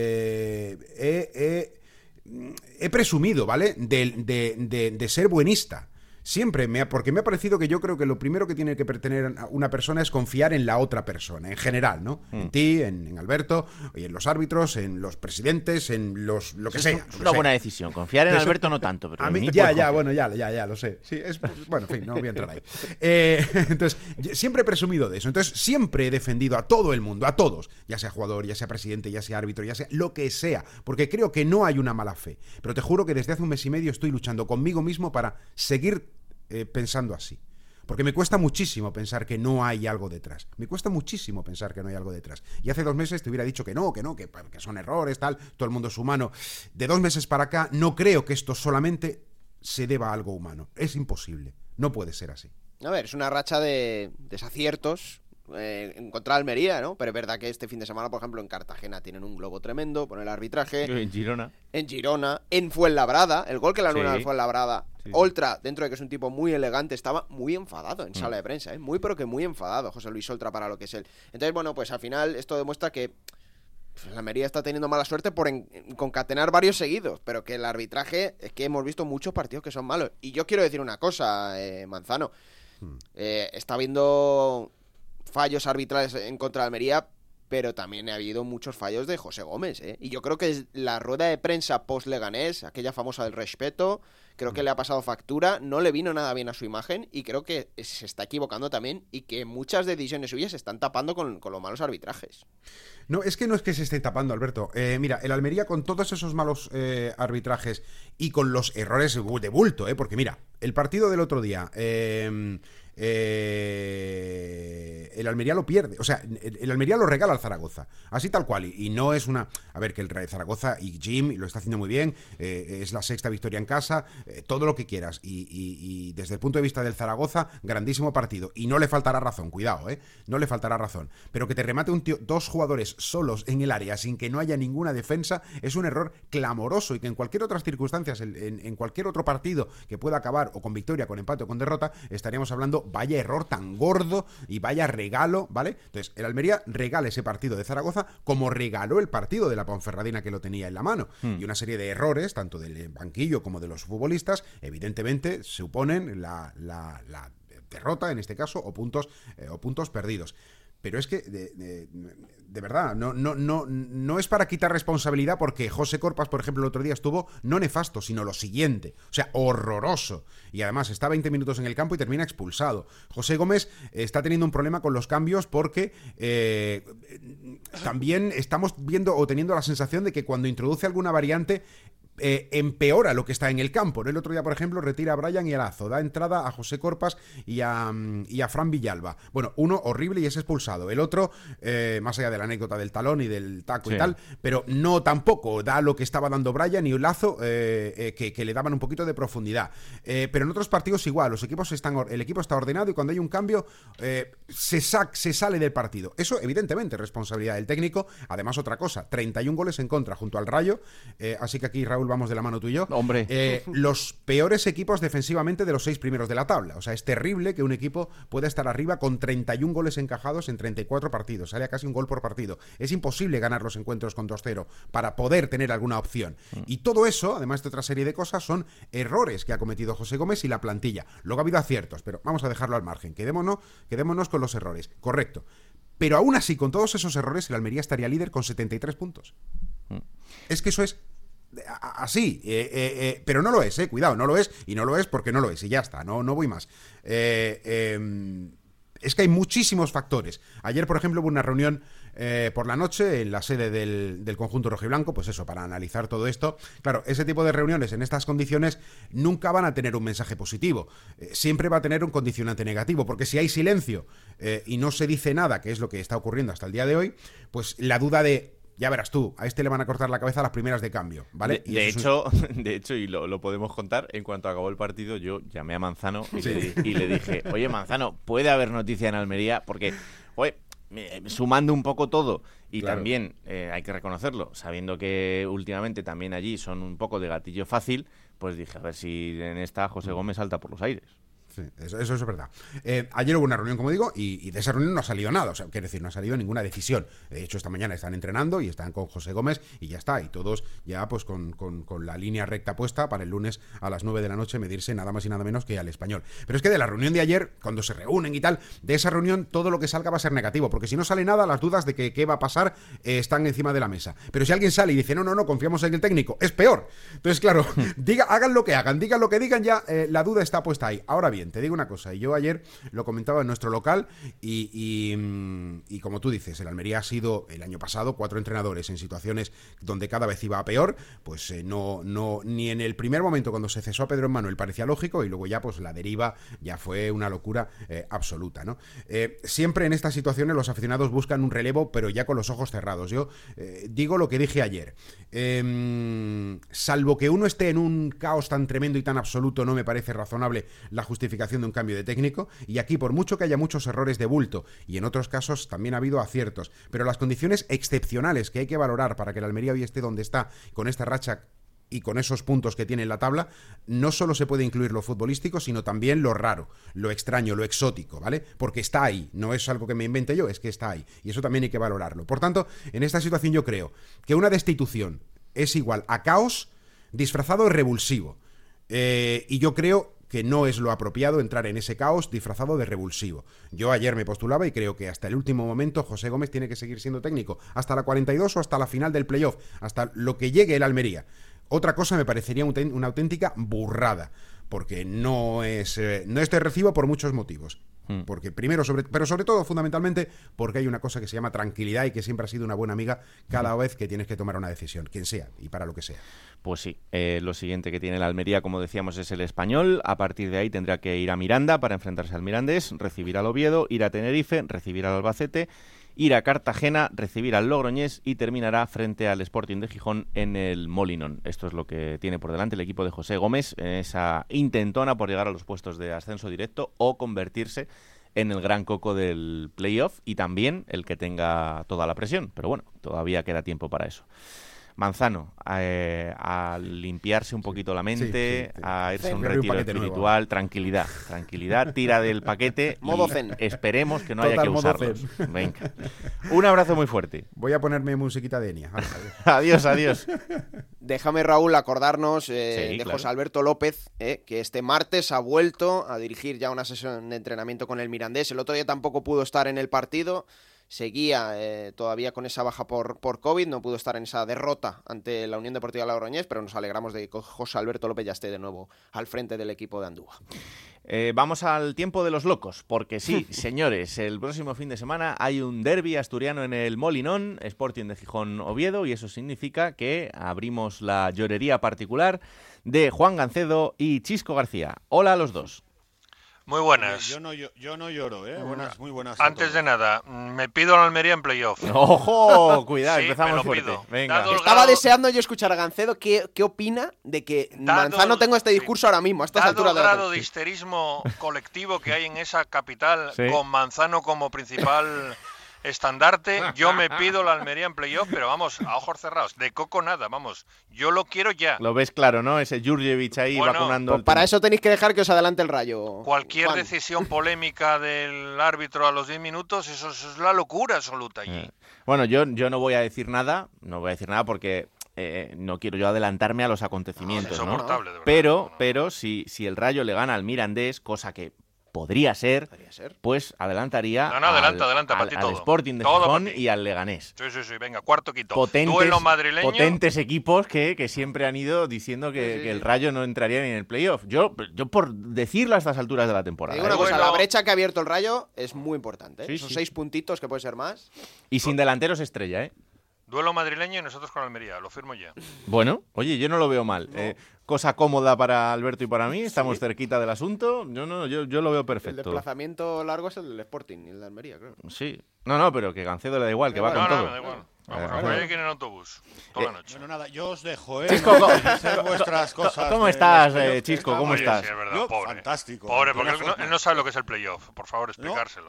he presumido, ¿vale?, de ser buenista. Siempre, porque me ha parecido que yo creo que lo primero que tiene que tener una persona es confiar en la otra persona, en general, ¿no? En ti, en Alberto, y en los árbitros, en los presidentes, en lo que sea. Es una buena decisión. Confiar en Alberto no tanto, pero a mí, bueno, ya lo sé. Sí, bueno, en fin, no voy a entrar ahí. Entonces, siempre he presumido de eso. Entonces, siempre he defendido a todo el mundo, a todos, ya sea jugador, ya sea presidente, ya sea árbitro, ya sea lo que sea, porque creo que no hay una mala fe. Pero te juro que desde hace un mes y medio estoy luchando conmigo mismo para seguir pensando así, porque me cuesta muchísimo pensar que no hay algo detrás. Me cuesta muchísimo pensar que no hay algo detrás. Y hace 2 meses te hubiera dicho que son errores, tal, todo el mundo es humano. De 2 meses para acá no creo que esto solamente se deba a algo humano. Es imposible, no puede ser así. A ver, es una racha de desaciertos en contra de Almería, ¿no? Pero es verdad que este fin de semana, por ejemplo, en Cartagena tienen un globo tremendo por el arbitraje. En Girona. En Fuenlabrada, el gol que le anulan al Fuenlabrada Oltra, dentro de que es un tipo muy elegante, estaba muy enfadado en sala de prensa, muy pero que muy enfadado José Luis Oltra para lo que es él. Entonces, bueno, pues al final esto demuestra que la Almería está teniendo mala suerte por concatenar varios seguidos, pero que el arbitraje, es que hemos visto muchos partidos que son malos. Y yo quiero decir una cosa, Manzano, está habiendo fallos arbitrales en contra de Almería, pero también ha habido muchos fallos de José Gómez, y yo creo que la rueda de prensa post-Leganés, aquella famosa del respeto, creo que le ha pasado factura, no le vino nada bien a su imagen y creo que se está equivocando también y que muchas decisiones suyas se están tapando con los malos arbitrajes. No es que se esté tapando, Alberto. Mira, el Almería con todos esos malos arbitrajes y con los errores de bulto, porque mira, el partido del otro día... el Almería lo pierde, o sea, el Almería lo regala al Zaragoza, así tal cual, y no es una... A ver, que el Zaragoza y Jim lo está haciendo muy bien, es la 6ª victoria en casa, todo lo que quieras, y desde el punto de vista del Zaragoza, grandísimo partido, y no le faltará razón, cuidado, no le faltará razón, pero que te remate dos jugadores solos en el área sin que no haya ninguna defensa, es un error clamoroso, y que en cualquier otras circunstancias, en cualquier otro partido que pueda acabar o con victoria, con empate o con derrota, estaríamos hablando, vaya error tan gordo y vaya regalo, ¿vale? Entonces, el Almería regala ese partido de Zaragoza como regaló el partido de la Ponferradina, que lo tenía en la mano. Y una serie de errores, tanto del banquillo como de los futbolistas, evidentemente suponen la derrota, en este caso, o puntos perdidos. Pero es que, de verdad, no es para quitar responsabilidad, porque José Corpas, por ejemplo, el otro día estuvo no nefasto, sino lo siguiente, o sea, horroroso. Y además está 20 minutos en el campo y termina expulsado. José Gómez está teniendo un problema con los cambios porque también estamos viendo o teniendo la sensación de que cuando introduce alguna variante... empeora lo que está en el campo, ¿no? El otro día, por ejemplo, retira a Brian y a Lazo, da entrada a José Corpas y a Fran Villalba. Bueno, uno horrible y es expulsado. El otro, más allá de la anécdota del talón y del taco y tal, pero no tampoco da lo que estaba dando Brian y Lazo, que le daban un poquito de profundidad. Pero en otros partidos igual, el equipo está ordenado y cuando hay un cambio se sale del partido. Eso, evidentemente, es responsabilidad del técnico. Además, otra cosa, 31 goles en contra junto al Rayo, así que aquí, Raúl, vamos de la mano tú y yo. Hombre. Los peores equipos defensivamente de los 6 primeros de la tabla. O sea, es terrible que un equipo pueda estar arriba con 31 goles encajados en 34 partidos. Sale a casi un gol por partido. Es imposible ganar los encuentros con 2-0 para poder tener alguna opción. Y todo eso, además de otra serie de cosas, son errores que ha cometido José Gómez y la plantilla. Luego ha habido aciertos, pero vamos a dejarlo al margen. Quedémonos con los errores. Correcto. Pero aún así, con todos esos errores, el Almería estaría líder con 73 puntos. Es que eso es... así, pero no lo es, cuidado, no lo es, y no lo es porque no lo es, y ya está, no voy más. Es que hay muchísimos factores. Ayer, por ejemplo, hubo una reunión por la noche en la sede del conjunto rojiblanco, pues eso, para analizar todo esto. Claro, ese tipo de reuniones en estas condiciones nunca van a tener un mensaje positivo, siempre va a tener un condicionante negativo, porque si hay silencio y no se dice nada, que es lo que está ocurriendo hasta el día de hoy, pues la duda de... Ya verás tú, a este le van a cortar la cabeza a las primeras de cambio, ¿vale? De hecho, y lo podemos contar, en cuanto acabó el partido, yo llamé a Manzano y le dije, oye, Manzano, ¿puede haber noticia en Almería? Porque, oye, sumando un poco todo, y claro, también hay que reconocerlo, sabiendo que últimamente también allí son un poco de gatillo fácil, pues dije, a ver si en esta José Gómez salta por los aires. Sí, eso es verdad. Ayer hubo una reunión, como digo, y de esa reunión no ha salido nada. O sea, quiero decir, no ha salido ninguna decisión. De hecho, esta mañana están entrenando y están con José Gómez y ya está. Y todos ya pues con la línea recta puesta para el lunes a las 9 de la noche medirse nada más y nada menos que al Español. Pero es que de la reunión de ayer, cuando se reúnen y tal, de esa reunión todo lo que salga va a ser negativo. Porque si no sale nada, las dudas de que qué va a pasar están encima de la mesa. Pero si alguien sale y dice, no, confiamos en el técnico, es peor. Entonces, claro, hagan lo que hagan, digan lo que digan, ya la duda está puesta ahí. Ahora bien, te digo una cosa, y yo ayer lo comentaba en nuestro local y como tú dices, el Almería ha sido el año pasado 4 entrenadores en situaciones donde cada vez iba a peor, pues no ni en el primer momento cuando se cesó a Pedro Emmanuel parecía lógico, y luego ya pues la deriva ya fue una locura absoluta, ¿no? Siempre en estas situaciones los aficionados buscan un relevo, pero ya con los ojos cerrados. Yo digo lo que dije ayer, salvo que uno esté en un caos tan tremendo y tan absoluto, no me parece razonable la justificación de un cambio de técnico, y aquí por mucho que haya muchos errores de bulto, y en otros casos también ha habido aciertos, pero las condiciones excepcionales que hay que valorar para que el Almería hoy esté donde está, con esta racha y con esos puntos que tiene en la tabla, no solo se puede incluir lo futbolístico, sino también lo raro, lo extraño, lo exótico, ¿vale? Porque está ahí, no es algo que me invente yo, es que está ahí, y eso también hay que valorarlo. Por tanto, en esta situación yo creo que una destitución es igual a caos disfrazado de revulsivo, y yo creo que no es lo apropiado entrar en ese caos disfrazado de revulsivo. Yo ayer me postulaba y creo que hasta el último momento José Gómez tiene que seguir siendo técnico, hasta la 42 o hasta la final del playoff, hasta lo que llegue el Almería. Otra cosa me parecería una auténtica burrada, porque no es de recibo por muchos motivos. Porque primero, pero sobre todo, fundamentalmente, porque hay una cosa que se llama tranquilidad y que siempre ha sido una buena amiga cada vez que tienes que tomar una decisión, quien sea y para lo que sea. Pues sí, lo siguiente que tiene el Almería, como decíamos, es el Español. A partir de ahí tendrá que ir a Miranda para enfrentarse al Mirandés, recibir al Oviedo, ir a Tenerife, recibir al Albacete, ir a Cartagena, recibir al Logroñés y terminará frente al Sporting de Gijón en el Molinón. Esto es lo que tiene por delante el equipo de José Gómez en esa intentona por llegar a los puestos de ascenso directo o convertirse en el gran coco del playoff y también el que tenga toda la presión. Pero bueno, todavía queda tiempo para eso. Manzano, a limpiarse un poquito la mente, sí. A irse a un retiro espiritual, nuevo. Tranquilidad, tira del paquete. Modo zen. Esperemos que no haya que usarlos. Venga. Un abrazo muy fuerte. Voy a ponerme musiquita de Enya. Adiós. Déjame, Raúl, acordarnos de claro. José Alberto López, que este martes ha vuelto a dirigir ya una sesión de entrenamiento con el Mirandés. El otro día tampoco pudo estar en el partido. Seguía todavía con esa baja por COVID, no pudo estar en esa derrota ante la Unión Deportiva Logroñés, pero nos alegramos de que José Alberto López ya esté de nuevo al frente del equipo de Andúa. Vamos al tiempo de los locos, porque sí, señores, el próximo fin de semana hay un derbi asturiano en el Molinón, Sporting de Gijón Oviedo, y eso significa que abrimos la llorería particular de Juan Gancedo y Chisco García. Hola a los dos. Muy buenas. Yo no lloro, muy buenas. Antes de nada, me pido la Almería en playoff. ¡Ojo! Cuidado, sí, empezamos fuerte. Venga. Estaba deseando yo escuchar a Gancedo qué opina de que Manzano tenga este discurso ahora mismo, a estas alturas de la grado de histerismo colectivo que hay en esa capital, con Manzano como principal estandarte, yo me pido la Almería en playoff, pero vamos, a ojos cerrados, de coco nada, vamos, yo lo quiero ya. Lo ves claro, ¿no? Ese Jurjevic ahí vacunando. Pues para eso tenéis que dejar que os adelante el Rayo. Cualquier Juan. Decisión polémica del árbitro a los 10 minutos, eso es la locura absoluta allí. Bueno, yo no voy a decir nada porque no quiero yo adelantarme a los acontecimientos, es insoportable, ¿no? De verdad. Pero si el Rayo le gana al Mirandés, cosa que podría ser, pues adelantaría al Sporting de Gijón y al Leganés. Sí, venga, cuarto quito. Duelo madrileño. Potentes equipos que siempre han ido diciendo que el Rayo no entraría ni en el playoff. Yo por decirlo a estas alturas de la temporada. Digo una cosa, la brecha que ha abierto el Rayo es muy importante. Esos 6 puntitos, que puede ser más. Y sin delanteros estrella, Duelo madrileño y nosotros con Almería, lo firmo ya. Bueno, oye, yo no lo veo mal. No. Cosa cómoda para Alberto y para mí, estamos cerquita del asunto. Yo lo veo perfecto. El desplazamiento largo es el del Sporting y el de Almería, creo. Sí. No, pero que Gancedo le da igual, que va con todo. No, me da igual. Vamos, hay que ir en autobús toda la noche. Bueno, nada, yo os dejo, Chisco, vuestras cosas. ¿Cómo estás, Chisco? ¿Cómo estás? Sí, es verdad, pobre. Fantástico. Pobre, porque él no sabe lo que es el playoff. Por favor, explicárselo.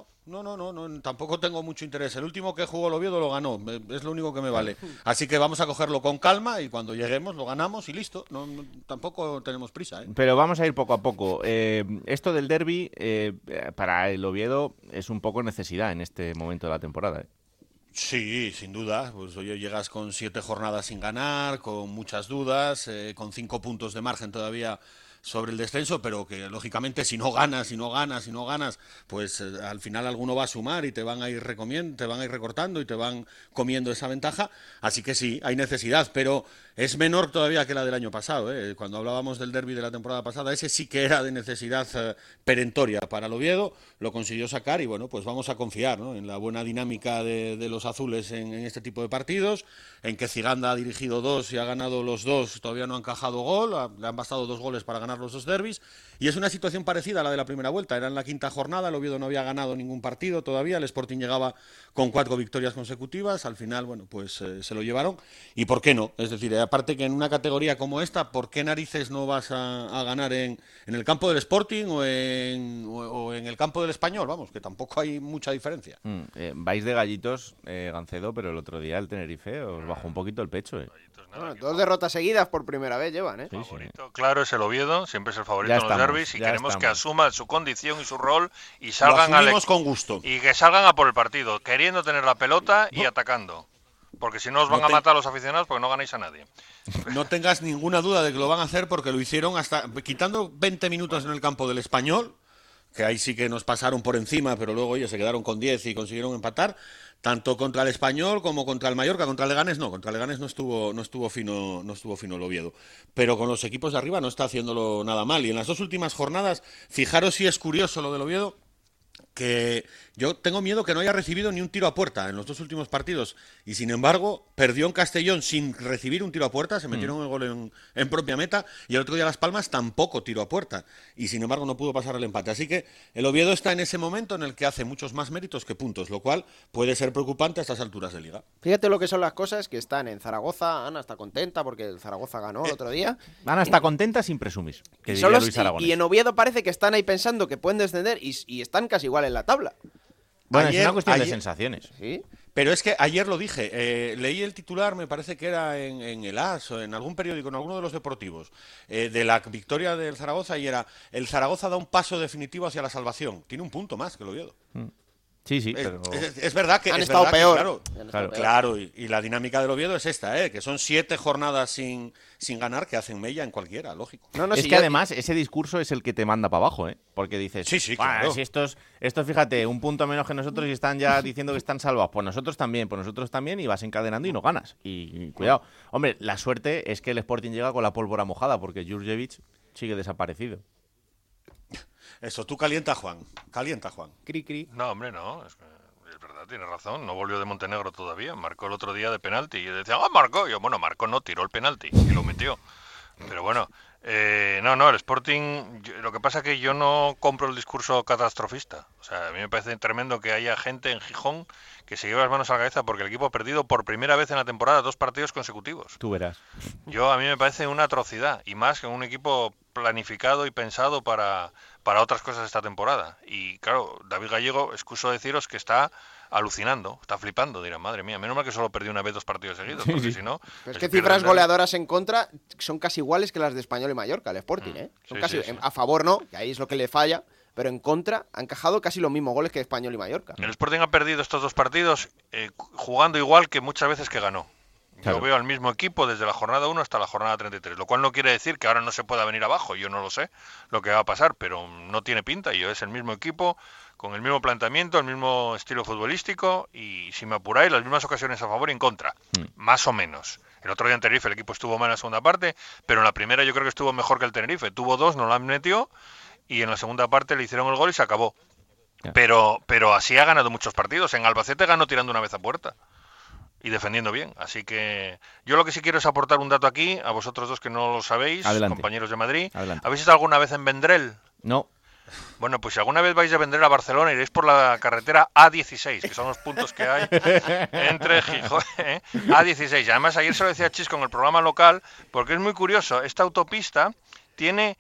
No, tampoco tengo mucho interés. El último que jugó el Oviedo lo ganó. Es lo único que me vale. Así que vamos a cogerlo con calma y cuando lleguemos lo ganamos y listo. Tampoco tenemos prisa, Pero vamos a ir poco a poco. Esto del derbi para el Oviedo es un poco necesidad en este momento de la temporada, Sí, sin duda. Pues oye, llegas con 7 jornadas sin ganar, con muchas dudas, con 5 puntos de margen todavía sobre el descenso, pero que lógicamente si no ganas, pues al final alguno va a sumar y te van a ir recortando y te van comiendo esa ventaja. Así que sí, hay necesidad, pero es menor todavía que la del año pasado. Cuando hablábamos del derbi de la temporada pasada, ese sí que era de necesidad perentoria para el Oviedo, lo consiguió sacar y bueno, pues vamos a confiar, ¿no?, en la buena dinámica de los azules en este tipo de partidos, en que Ciganda ha dirigido 2 y ha ganado los 2, todavía no ha encajado gol, le han bastado 2 goles para ganar ganar los 2 derbis, y es una situación parecida a la de la primera vuelta. Era en la 5ª jornada, el Oviedo no había ganado ningún partido todavía, el Sporting llegaba con 4 victorias consecutivas, al final, bueno, pues se lo llevaron, y ¿por qué no? Es decir, aparte que en una categoría como esta, ¿por qué narices no vas a ganar en el campo del Sporting o en el campo del Español? Vamos, que tampoco hay mucha diferencia. Vais de gallitos, Gancedo, pero el otro día el Tenerife os bajó un poquito el pecho. Bueno, 2 derrotas seguidas por primera vez llevan, ¿eh? El favorito, claro, es el Oviedo, siempre es el favorito en los derbis, y queremos que asuma su condición y su rol y salgan con gusto. Y que salgan a por el partido, queriendo tener la pelota y atacando. Porque si no os van a matar a los aficionados porque no ganáis a nadie. No tengas ninguna duda de que lo van a hacer, porque lo hicieron hasta quitando 20 minutos en el campo del Español, que ahí sí que nos pasaron por encima, pero luego ellos se quedaron con 10 y consiguieron empatar, tanto contra el Español como contra el Mallorca. Contra el Leganés no, no estuvo fino el Oviedo, pero con los equipos de arriba no está haciéndolo nada mal. Y en las 2 últimas jornadas, fijaros si es curioso lo del Oviedo, que yo tengo miedo que no haya recibido ni un tiro a puerta en los 2 últimos partidos, y sin embargo perdió en Castellón sin recibir un tiro a puerta, se metieron el gol en propia meta, y el otro día Las Palmas tampoco tiró a puerta, y sin embargo no pudo pasar el empate. Así que el Oviedo está en ese momento en el que hace muchos más méritos que puntos, lo cual puede ser preocupante a estas alturas de liga. Fíjate lo que son las cosas, que están en Zaragoza. Ana está contenta porque el Zaragoza ganó el otro día. Ana está contenta sin presumir, que diría Luis Aragonés. Y en Oviedo parece que están ahí pensando que pueden descender y están casi igual en la tabla. Bueno, es una cuestión de sensaciones. ¿Sí? Pero es que ayer lo dije, leí el titular, me parece que era en el AS o en algún periódico, en alguno de los deportivos, de la victoria del Zaragoza, y era: el Zaragoza da un paso definitivo hacia la salvación. Tiene un punto más que el Oviedo. Sí, pero... Es verdad que... Han estado peor. Claro, y la dinámica del Oviedo es esta, que son 7 jornadas sin ganar, que hacen mella en cualquiera, lógico. Es que además ese discurso es el que te manda para abajo, porque dices, sí, claro. Si estos, fíjate, un punto menos que nosotros y están ya diciendo que están salvados, pues nosotros también, y vas encadenando y no ganas. Y cuidado. Hombre, la suerte es que el Sporting llega con la pólvora mojada, porque Jurjevic sigue desaparecido. Eso, tú calienta, Juan. Cri, cri. No, hombre, no. Es verdad, tiene razón. No volvió de Montenegro todavía. Marcó el otro día de penalti. Y decía, marcó. Yo, bueno, marcó, no, tiró el penalti y lo metió. Pero bueno, no, el Sporting... lo que pasa es que yo no compro el discurso catastrofista. O sea, a mí me parece tremendo que haya gente en Gijón que se lleve las manos a la cabeza porque el equipo ha perdido por primera vez en la temporada 2 partidos consecutivos. Tú verás. A mí me parece una atrocidad. Y más que un equipo planificado y pensado para otras cosas esta temporada. Y claro, David Gallego, excuso deciros que está alucinando, está flipando, dirán, madre mía, menos mal que solo perdió una vez 2 partidos seguidos, porque si no... Es que cifras goleadoras en contra son casi iguales que las de Español y Mallorca, el Sporting, Son casi sí. A favor no, que ahí es lo que le falla, pero en contra han encajado casi los mismos goles que Español y Mallorca. El Sporting ha perdido estos 2 partidos jugando igual que muchas veces que ganó. Yo veo al mismo equipo desde la jornada 1 hasta la jornada 33, lo cual no quiere decir que ahora no se pueda venir abajo, yo no lo sé lo que va a pasar, pero no tiene pinta, es el mismo equipo, con el mismo planteamiento, el mismo estilo futbolístico, y si me apuráis, las mismas ocasiones a favor y en contra, más o menos. El otro día en Tenerife el equipo estuvo mal en la segunda parte, pero en la primera yo creo que estuvo mejor que el Tenerife, tuvo 2, no la metió, y en la segunda parte le hicieron el gol y se acabó. Pero así ha ganado muchos partidos, en Albacete ganó tirando una vez a puerta. Y defendiendo bien, así que yo lo que sí quiero es aportar un dato aquí, a vosotros dos que no lo sabéis, compañeros de Madrid. Adelante. ¿Habéis estado alguna vez en Vendrell? No. Bueno, pues si alguna vez vais de Vendrell a Barcelona, iréis por la carretera A16, que son los puntos que hay entre Gijón, A16. Y además ayer se lo decía a Chis con el programa local, porque es muy curioso, esta autopista tiene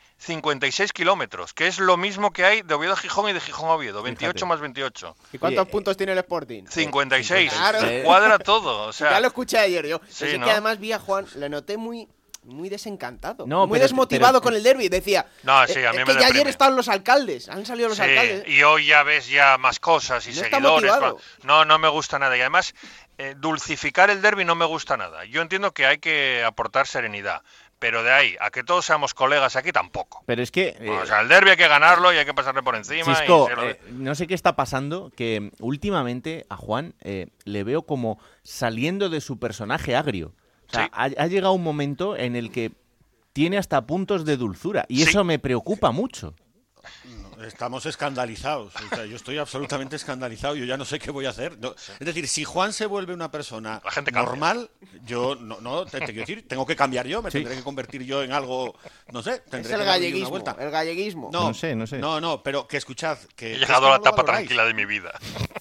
56 kilómetros, que es lo mismo que hay de Oviedo a Gijón y de Gijón a Oviedo, 28 más 28. ¿Y cuántos puntos tiene el Sporting? 56, claro. Cuadra todo. O sea, ya lo escuché ayer yo. Sí, es ¿no? que además vi a Juan, le noté muy desencantado, no, muy desmotivado con el derbi. Decía, no, sí, a mí es me que ya ayer estaban los alcaldes, han salido los alcaldes. Y hoy ya ves ya más cosas y no seguidores. No me gusta nada. Y además, dulcificar el derbi no me gusta nada. Yo entiendo que hay que aportar serenidad. Pero de ahí a que todos seamos colegas aquí, tampoco. Pero es que... o sea, el derbi hay que ganarlo y hay que pasarle por encima. Chisco, no sé qué está pasando, que últimamente a Juan le veo como saliendo de su personaje agrio. O sea, ha llegado un momento en el que tiene hasta puntos de dulzura. Y eso me preocupa mucho. estamos escandalizados. O sea, yo estoy absolutamente escandalizado. Yo ya no sé qué voy a hacer. No, es decir, si Juan se vuelve una persona normal, yo no te quiero decir, tengo que cambiar yo, me tendré que convertir yo en algo, no sé, tendré es que el darle una galleguismo, vuelta. el galleguismo. No sé. No, pero que escuchad, que he llegado a la etapa valoráis. tranquila de mi vida.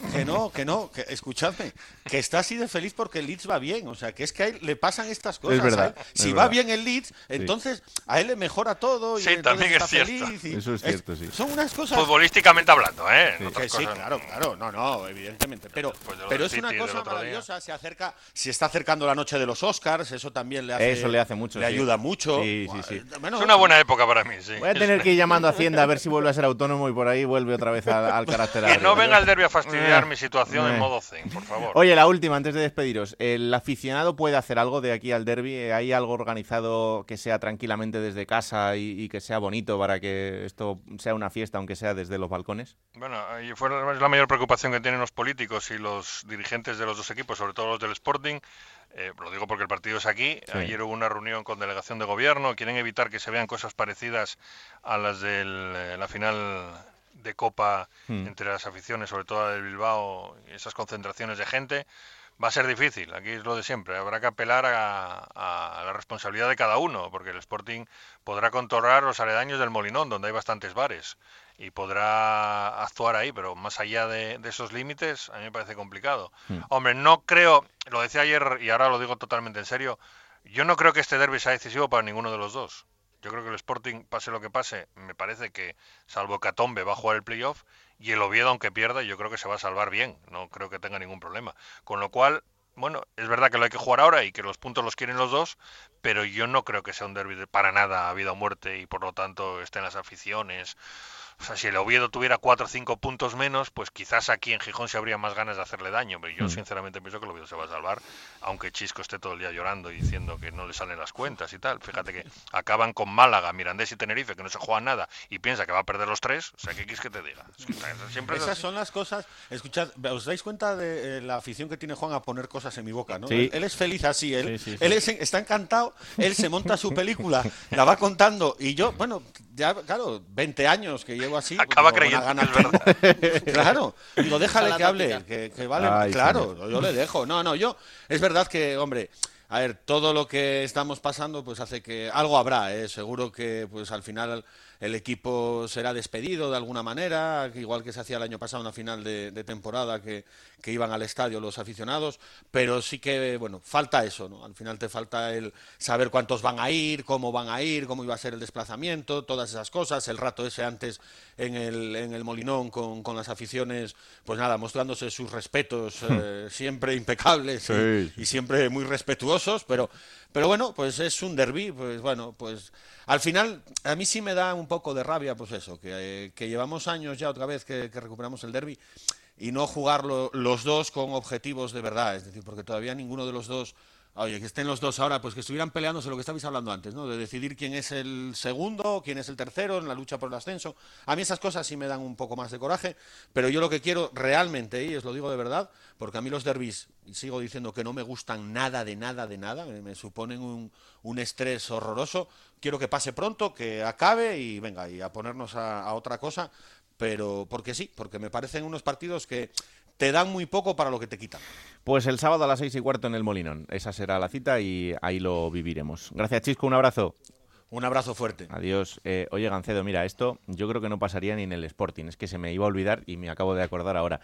Que escuchadme, que está así de feliz porque el Leeds va bien, o sea, que es que a él le pasan estas cosas. Es verdad, ¿sabes? Si va bien el Leeds, entonces a él le mejora todo y también está es cierto. feliz y eso es cierto, sí. Son unas cosas futbolísticamente hablando, Sí, claro, no, evidentemente, pero es una cosa maravillosa, se está acercando la noche de los Oscars, eso también le hace mucho, le ayuda mucho. Sí. Bueno, es una buena época para mí, sí. Voy a tener que ir llamando a Hacienda a ver si vuelve a ser autónomo y por ahí vuelve otra vez al carácter. Que no venga el derbi a fastidiar mi situación en modo zen, por favor. Oye, la última, antes de despediros. ¿El aficionado puede hacer algo de aquí al derbi? ¿Hay algo organizado que sea tranquilamente desde casa y que sea bonito para que esto sea una fiesta, aunque sea desde los balcones? Bueno, y fue la mayor preocupación que tienen los políticos y los dirigentes de los dos equipos, sobre todo los del Sporting. Lo digo porque el partido es aquí. Sí. Ayer hubo una reunión con delegación de gobierno. Quieren evitar que se vean cosas parecidas a las de la final de Copa entre las aficiones, sobre todo la del Bilbao, y esas concentraciones de gente. Va a ser difícil, aquí es lo de siempre. Habrá que apelar a la responsabilidad de cada uno, porque el Sporting podrá controlar los aledaños del Molinón, donde hay bastantes bares, y podrá actuar ahí, pero más allá de esos límites, a mí me parece complicado. Hombre, no creo, lo decía ayer y ahora lo digo totalmente en serio, yo no creo que este derbi sea decisivo para ninguno de los dos. Yo creo que el Sporting, pase lo que pase, me parece que, salvo Hecatombe, va a jugar el playoff, y el Oviedo, aunque pierda, yo creo que se va a salvar bien, no creo que tenga ningún problema. Con lo cual, bueno, es verdad que lo hay que jugar ahora y que los puntos los quieren los dos, pero yo no creo que sea un derbi para nada a vida o muerte y por lo tanto estén las aficiones. O sea, si el Oviedo tuviera 4 o 5 puntos menos, pues quizás aquí en Gijón se habría más ganas de hacerle daño. Pero yo sinceramente pienso que el Oviedo se va a salvar, aunque Chisco esté todo el día llorando y diciendo que no le salen las cuentas y tal. Fíjate que acaban con Málaga, Mirandés y Tenerife, que no se juegan nada, y piensa que va a perder los 3. O sea, ¿qué quieres que te diga? Es que siempre esas son las cosas. Escuchad, ¿os dais cuenta de la afición que tiene Juan a poner cosas en mi boca, no? Sí. Él es feliz así, Sí. Él está encantado, él se monta su película, la va contando, y yo, bueno, ya, claro, 20 años que llevo así. Acaba creyendo que es verdad. Claro, digo, déjale que hable, que vale. Ay, claro, señor. Yo le dejo. No, yo, es verdad que, hombre, a ver, todo lo que estamos pasando, pues hace que algo habrá, seguro que, pues al final el equipo será despedido de alguna manera, igual que se hacía el año pasado una final de temporada que iban al estadio los aficionados, pero sí que, bueno, falta eso, ¿no? Al final te falta el saber cuántos van a ir, cómo iba a ser el desplazamiento, todas esas cosas, el rato ese antes en el Molinón con las aficiones, pues nada, mostrándose sus respetos siempre impecables y siempre muy respetuosos, pero bueno, pues es un derbi, pues bueno, pues al final a mí sí me da un poco de rabia, pues eso, que llevamos años ya otra vez que recuperamos el derbi y no jugarlo los dos con objetivos de verdad, es decir, porque todavía ninguno de los dos, oye, que estén los dos ahora, pues que estuvieran peleándose lo que estabais hablando antes, ¿no? De decidir quién es el segundo, quién es el tercero en la lucha por el ascenso. A mí esas cosas sí me dan un poco más de coraje, pero yo lo que quiero realmente, y os lo digo de verdad, porque a mí los derbis, y sigo diciendo que no me gustan nada, me suponen un estrés horroroso, quiero que pase pronto, que acabe y venga, y a ponernos a otra cosa, pero porque sí, porque me parecen unos partidos que te dan muy poco para lo que te quitan. Pues el sábado a las 6:15 en el Molinón. Esa será la cita y ahí lo viviremos. Gracias, Chisco. Un abrazo. Un abrazo fuerte. Adiós. Oye, Gancedo, mira, esto yo creo que no pasaría ni en el Sporting. Es que se me iba a olvidar y me acabo de acordar ahora.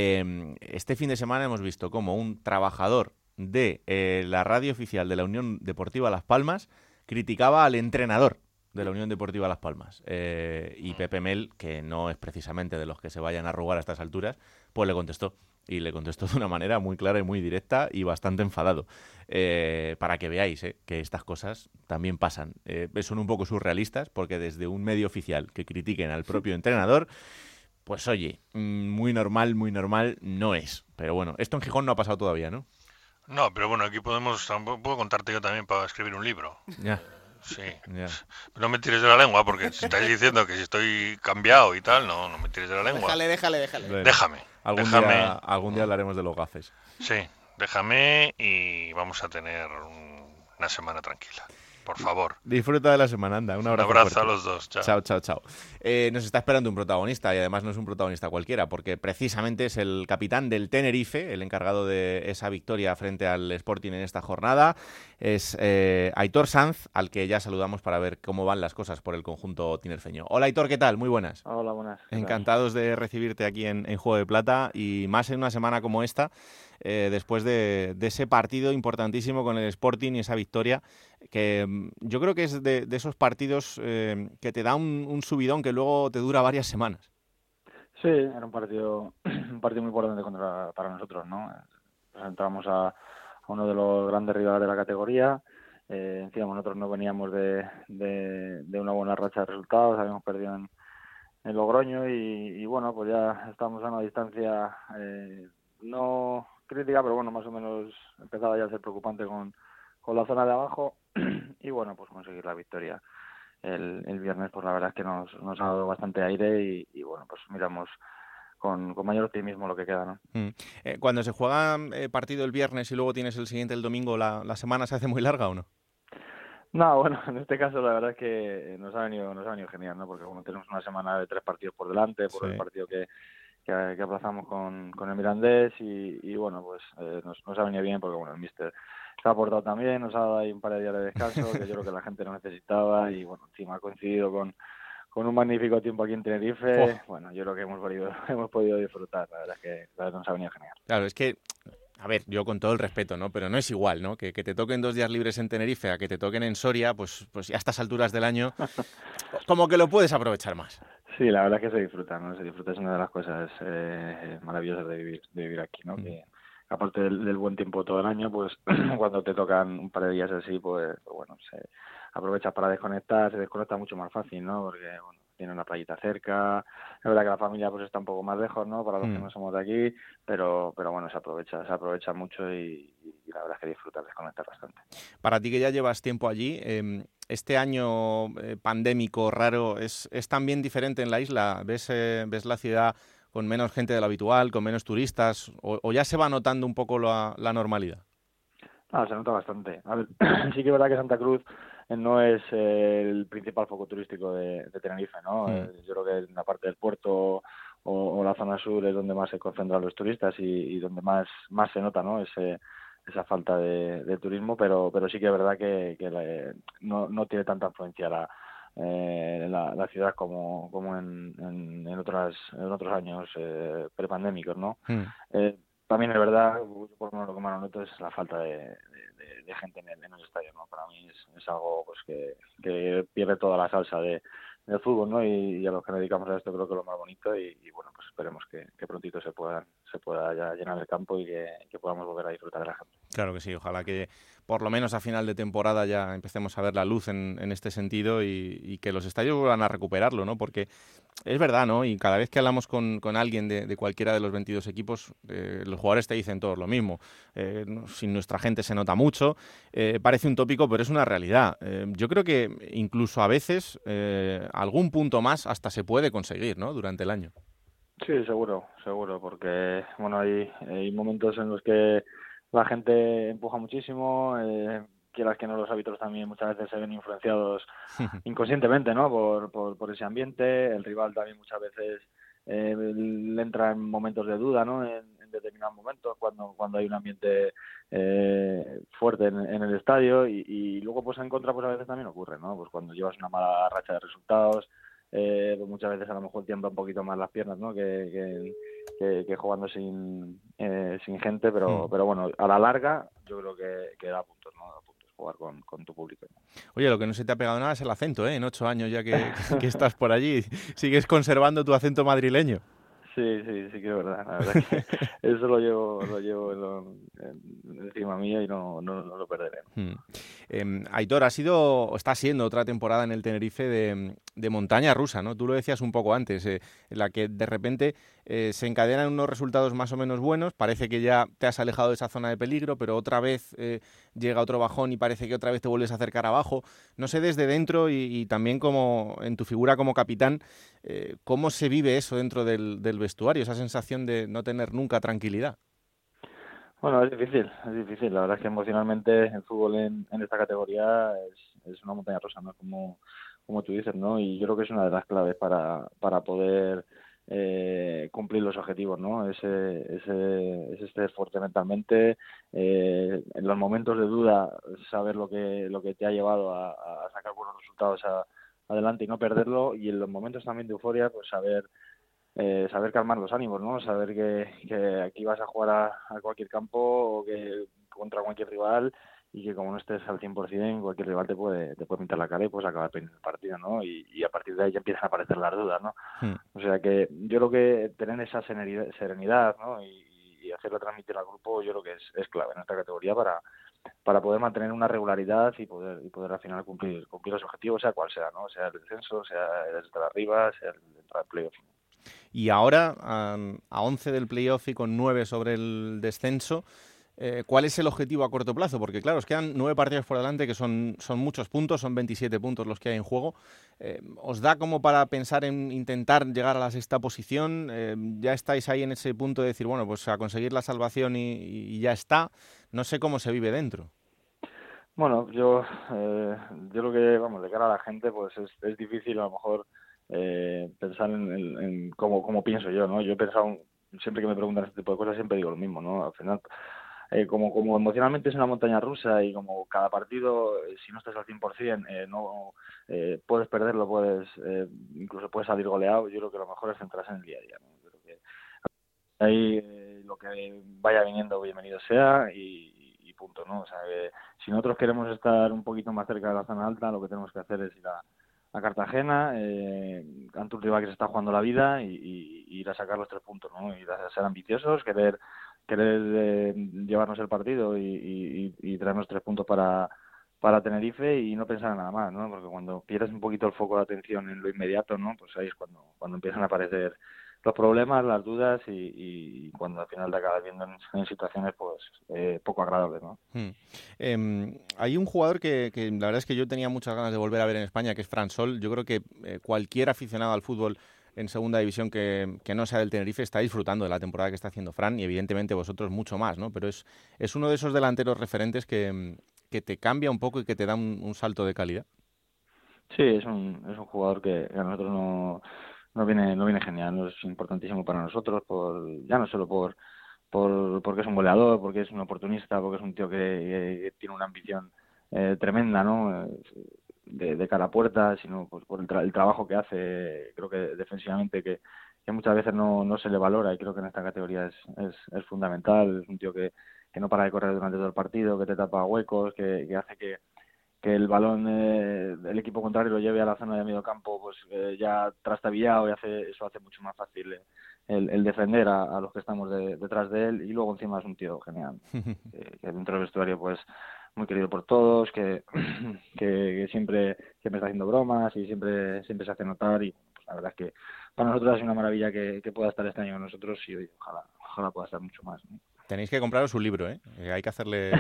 Este fin de semana hemos visto cómo un trabajador de la radio oficial de la Unión Deportiva Las Palmas criticaba al entrenador de la Unión Deportiva Las Palmas. Y Pepe Mel, que no es precisamente de los que se vayan a arrugar a estas alturas, pues le contestó. Y le contestó de una manera muy clara y muy directa y bastante enfadado. Para que veáis que estas cosas también pasan. Son un poco surrealistas porque desde un medio oficial que critiquen al propio entrenador, pues oye, muy normal no es. Pero bueno, esto en Gijón no ha pasado todavía, ¿no? No, pero bueno, aquí puedo contarte yo también para escribir un libro. Ya. Sí, no me tires de la lengua porque si estáis diciendo que si estoy cambiado y tal, no me tires de la lengua. Déjale. Bueno, déjame. Algún día hablaremos de los gafes. Sí, déjame y vamos a tener una semana tranquila. por favor. Disfruta de la semana, anda. Un abrazo a los dos. Chao. Chao. Nos está esperando un protagonista y además no es un protagonista cualquiera porque precisamente es el capitán del Tenerife, el encargado de esa victoria frente al Sporting en esta jornada. Es Aitor Sanz, al que ya saludamos para ver cómo van las cosas por el conjunto tinerfeño. Hola Aitor, ¿qué tal? Muy buenas. Hola, buenas. Encantados de recibirte aquí en Juego de Plata y más en una semana como esta, después de ese partido importantísimo con el Sporting y esa victoria que yo creo que es de esos partidos que te da un subidón que luego te dura varias semanas. Sí, era un partido muy importante para nosotros, ¿no? Entramos a uno de los grandes rivales de la categoría. Encima nosotros no veníamos de una buena racha de resultados, habíamos perdido en Logroño y bueno, pues ya estamos a una distancia no crítica, pero bueno, más o menos empezaba ya a ser preocupante con la zona de abajo y bueno, pues conseguir la victoria el viernes, pues la verdad es que nos ha dado bastante aire y bueno, pues miramos con mayor optimismo lo que queda, ¿no? Cuando se juega partido el viernes y luego tienes el siguiente el domingo, ¿la semana se hace muy larga o no? No, bueno, en este caso la verdad es que nos ha venido genial, ¿no? Porque como tenemos una semana de 3 partidos por delante, por el partido que aplazamos con el Mirandés y bueno, pues nos ha venido bien porque bueno, el míster se ha aportado también, nos ha dado ahí un par de días de descanso que yo creo que la gente lo necesitaba y bueno, encima ha coincidido con un magnífico tiempo aquí en Tenerife. Bueno, yo creo que hemos podido disfrutar, la verdad es que nos ha venido genial. Claro, es que a ver, yo con todo el respeto, ¿no? Pero no es igual, ¿no? Que te toquen 2 días libres en Tenerife a que te toquen en Soria, pues ya a estas alturas del año, como que lo puedes aprovechar más. Sí, la verdad es que se disfruta, ¿no? Se disfruta, es una de las cosas maravillosas de vivir aquí, ¿no? Que aparte del buen tiempo todo el año, pues cuando te tocan un par de días así, pues bueno, se aprovechas para desconectar, se desconecta mucho más fácil, ¿no? Porque, bueno, tiene una playita cerca, es verdad que la familia pues está un poco más lejos, ¿no? Para los que no somos de aquí, pero bueno, se aprovecha mucho y la verdad es que disfrutas, desconectar bastante. Para ti que ya llevas tiempo allí, este año pandémico raro, ¿es también diferente en la isla? ¿Ves la ciudad con menos gente de lo habitual, con menos turistas, o ya se va notando un poco la normalidad? No, se nota bastante. A ver, sí que es verdad que Santa Cruz no es el principal foco turístico de Tenerife, ¿no? Yo creo que en la parte del puerto o la zona sur es donde más se concentran los turistas y donde más se nota, ¿no? Esa falta de turismo, pero sí que es verdad que no tiene tanta influencia la ciudad como en otros años prepandémicos, ¿no? También es verdad, por lo que más noto es la falta de gente en el estadio, ¿no? Para mí es algo pues que pierde toda la salsa del fútbol, ¿no? Y a los que nos dedicamos a esto creo que es lo más bonito y bueno, pues esperemos que prontito se pueda ya llenar el campo y que podamos volver a disfrutar de la gente. Claro que sí, ojalá que por lo menos a final de temporada ya empecemos a ver la luz en este sentido y que los estadios vuelvan a recuperarlo, ¿no? Porque es verdad, ¿no? Y cada vez que hablamos con alguien de cualquiera de los 22 equipos, los jugadores te dicen todos lo mismo. Sin nuestra gente se nota mucho. Parece un tópico, pero es una realidad. Yo creo que incluso a veces algún punto más hasta se puede conseguir, ¿no? Durante el año. Sí, seguro, porque bueno, hay momentos en los que la gente empuja muchísimo, quieras que no, los árbitros también muchas veces se ven influenciados inconscientemente, ¿no? Por ese ambiente, el rival también muchas veces le entra en momentos de duda, ¿no? En determinados momentos cuando hay un ambiente fuerte en el estadio y luego pues en contra pues a veces también ocurre, ¿no? Pues cuando llevas una mala racha de resultados, pues muchas veces a lo mejor tiembla un poquito más las piernas, ¿no? Que jugando sin gente, pero bueno, a la larga yo creo que da puntos, ¿no? Da puntos jugar con tu público. Oye, lo que no se te ha pegado nada es el acento, ¿eh? En 8 años ya que estás por allí, sigues conservando tu acento madrileño. Sí que es verdad. La verdad que eso lo llevo encima mía y no lo perderé. Aitor, está siendo otra temporada en el Tenerife de montaña rusa, ¿no? Tú lo decías un poco antes, en la que de repente se encadenan unos resultados más o menos buenos, parece que ya te has alejado de esa zona de peligro, pero otra vez llega otro bajón y parece que otra vez te vuelves a acercar abajo. No sé desde dentro y también como en tu figura como capitán, ¿cómo se vive eso dentro del vestuario, esa sensación de no tener nunca tranquilidad? Bueno, es difícil. La verdad es que emocionalmente el fútbol en esta categoría es una montaña rusa, ¿no? Como tú dices, ¿no? Y yo creo que es una de las claves para poder cumplir los objetivos, ¿no? Es estar fuerte mentalmente, en los momentos de duda saber lo que te ha llevado a sacar buenos resultados adelante y no perderlo, y en los momentos también de euforia pues saber calmar los ánimos, ¿no? Saber que aquí vas a jugar a cualquier campo o que contra cualquier rival, y que como no estés al 100%, cualquier rival te puede pintar la cara y pues acabar perdiendo el partido, ¿no? Y a partir de ahí ya empiezan a aparecer las dudas, ¿no? O sea que yo creo que tener esa serenidad, ¿no? Y hacerlo transmitir al grupo, yo creo que es clave en esta categoría para poder mantener una regularidad y poder al final cumplir los objetivos, sea cual sea, ¿no? Sea el descenso, sea el estar arriba, sea el entrar al playoff. Y ahora, a 11 del playoff y con 9 sobre el descenso, ¿cuál es el objetivo a corto plazo? Porque claro, os quedan 9 partidos por delante, que son muchos puntos, son 27 puntos los que hay en juego. ¿Os da como para pensar en intentar llegar a la sexta posición? ¿Ya estáis ahí en ese punto de decir, bueno, pues a conseguir la salvación y ya está? No sé cómo se vive dentro. Bueno, yo creo que, vamos, de cara a la gente, pues es difícil a lo mejor pensar en cómo pienso yo, ¿no? Yo he pensado, siempre que me preguntan este tipo de cosas, siempre digo lo mismo, ¿no? Al final, como emocionalmente es una montaña rusa y como cada partido, si no estás al 100%, no puedes perderlo, incluso puedes salir goleado. Yo creo que lo mejor es centrarse en el día a día, ¿no? Yo creo que ahí lo que vaya viniendo, bienvenido sea y punto, ¿no? O sea, que si nosotros queremos estar un poquito más cerca de la zona alta, lo que tenemos que hacer es ir a Cartagena, ante un rival que se está jugando la vida, y ir a sacar los 3 puntos, ¿no? Ir a ser ambiciosos, querer llevarnos el partido y traernos 3 puntos para Tenerife, y no pensar en nada más, ¿no? Porque cuando pierdes un poquito el foco de atención en lo inmediato, ¿no? Pues ahí es cuando empiezan a aparecer los problemas, las dudas, y cuando al final te acabas viendo en situaciones pues poco agradables, ¿no? Hay un jugador que la verdad es que yo tenía muchas ganas de volver a ver en España, que es Fran Sol. Yo creo que cualquier aficionado al fútbol en segunda división que no sea del Tenerife está disfrutando de la temporada que está haciendo Fran, y evidentemente vosotros mucho más, ¿no? Pero es uno de esos delanteros referentes que te cambia un poco y que te da un salto de calidad. Sí, es un jugador que a nosotros no viene genial, no es importantísimo para nosotros, ya no solo porque es un goleador, porque es un oportunista, porque es un tío que tiene una ambición tremenda, ¿no? De cara a puerta, sino pues por el trabajo que hace, creo que defensivamente, que muchas veces no se le valora, y creo que en esta categoría es fundamental. Es un tío que no para de correr durante todo el partido, que te tapa huecos, que hace que el balón del equipo contrario lo lleve a la zona de medio campo pues ya trastabillado, y eso hace mucho más fácil el defender a los que estamos detrás de él. Y luego encima es un tío genial, que dentro del vestuario pues muy querido por todos, que siempre está haciendo bromas y siempre se hace notar, y pues la verdad es que para nosotros es una maravilla que pueda estar este año con nosotros, y oye, ojalá pueda estar mucho más, ¿no? Tenéis que compraros un libro, ¿eh? Hay que hacerle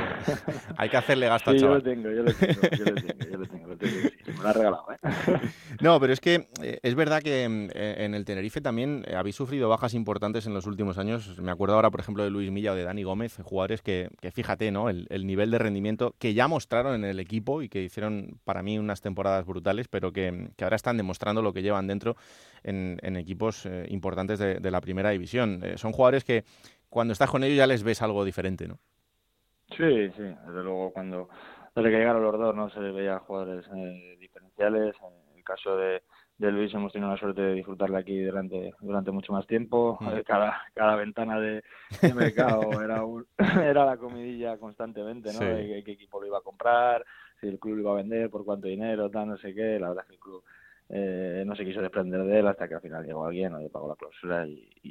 gasto al chaval. Yo lo tengo. Me lo ha regalado, ¿eh? No, pero es que es verdad que en el Tenerife también habéis sufrido bajas importantes en los últimos años. Me acuerdo ahora, por ejemplo, de Luis Milla o de Dani Gómez, jugadores que fíjate, ¿no? El nivel de rendimiento que ya mostraron en el equipo y que hicieron para mí unas temporadas brutales, pero que ahora están demostrando lo que llevan dentro en equipos importantes de la primera división. Son jugadores que cuando estás con ellos ya les ves algo diferente, ¿no? Sí, desde luego, desde que llegaron los dos no se veía jugadores diferenciales. En el caso de Luis hemos tenido la suerte de disfrutarle aquí durante mucho más tiempo. Cada ventana de mercado era la comidilla constantemente, ¿no? Sí. De qué equipo lo iba a comprar, si el club lo iba a vender, por cuánto dinero, tal, no sé qué. La verdad es que el club no se quiso desprender de él hasta que al final llegó alguien, le pagó la cláusula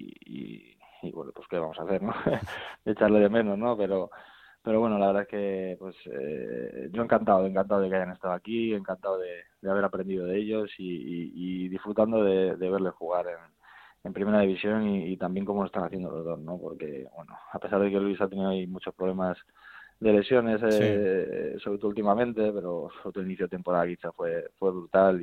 y bueno, pues qué vamos a hacer, ¿no? Echarle de menos, ¿no? Pero bueno, la verdad es que pues yo encantado de que hayan estado aquí, encantado de haber aprendido de ellos y disfrutando de verles jugar en primera división, y también cómo lo están haciendo los dos, ¿no? Porque, bueno, a pesar de que Luis ha tenido ahí muchos problemas de lesiones, sobre todo últimamente, pero sobre todo el inicio de temporada quizá fue brutal,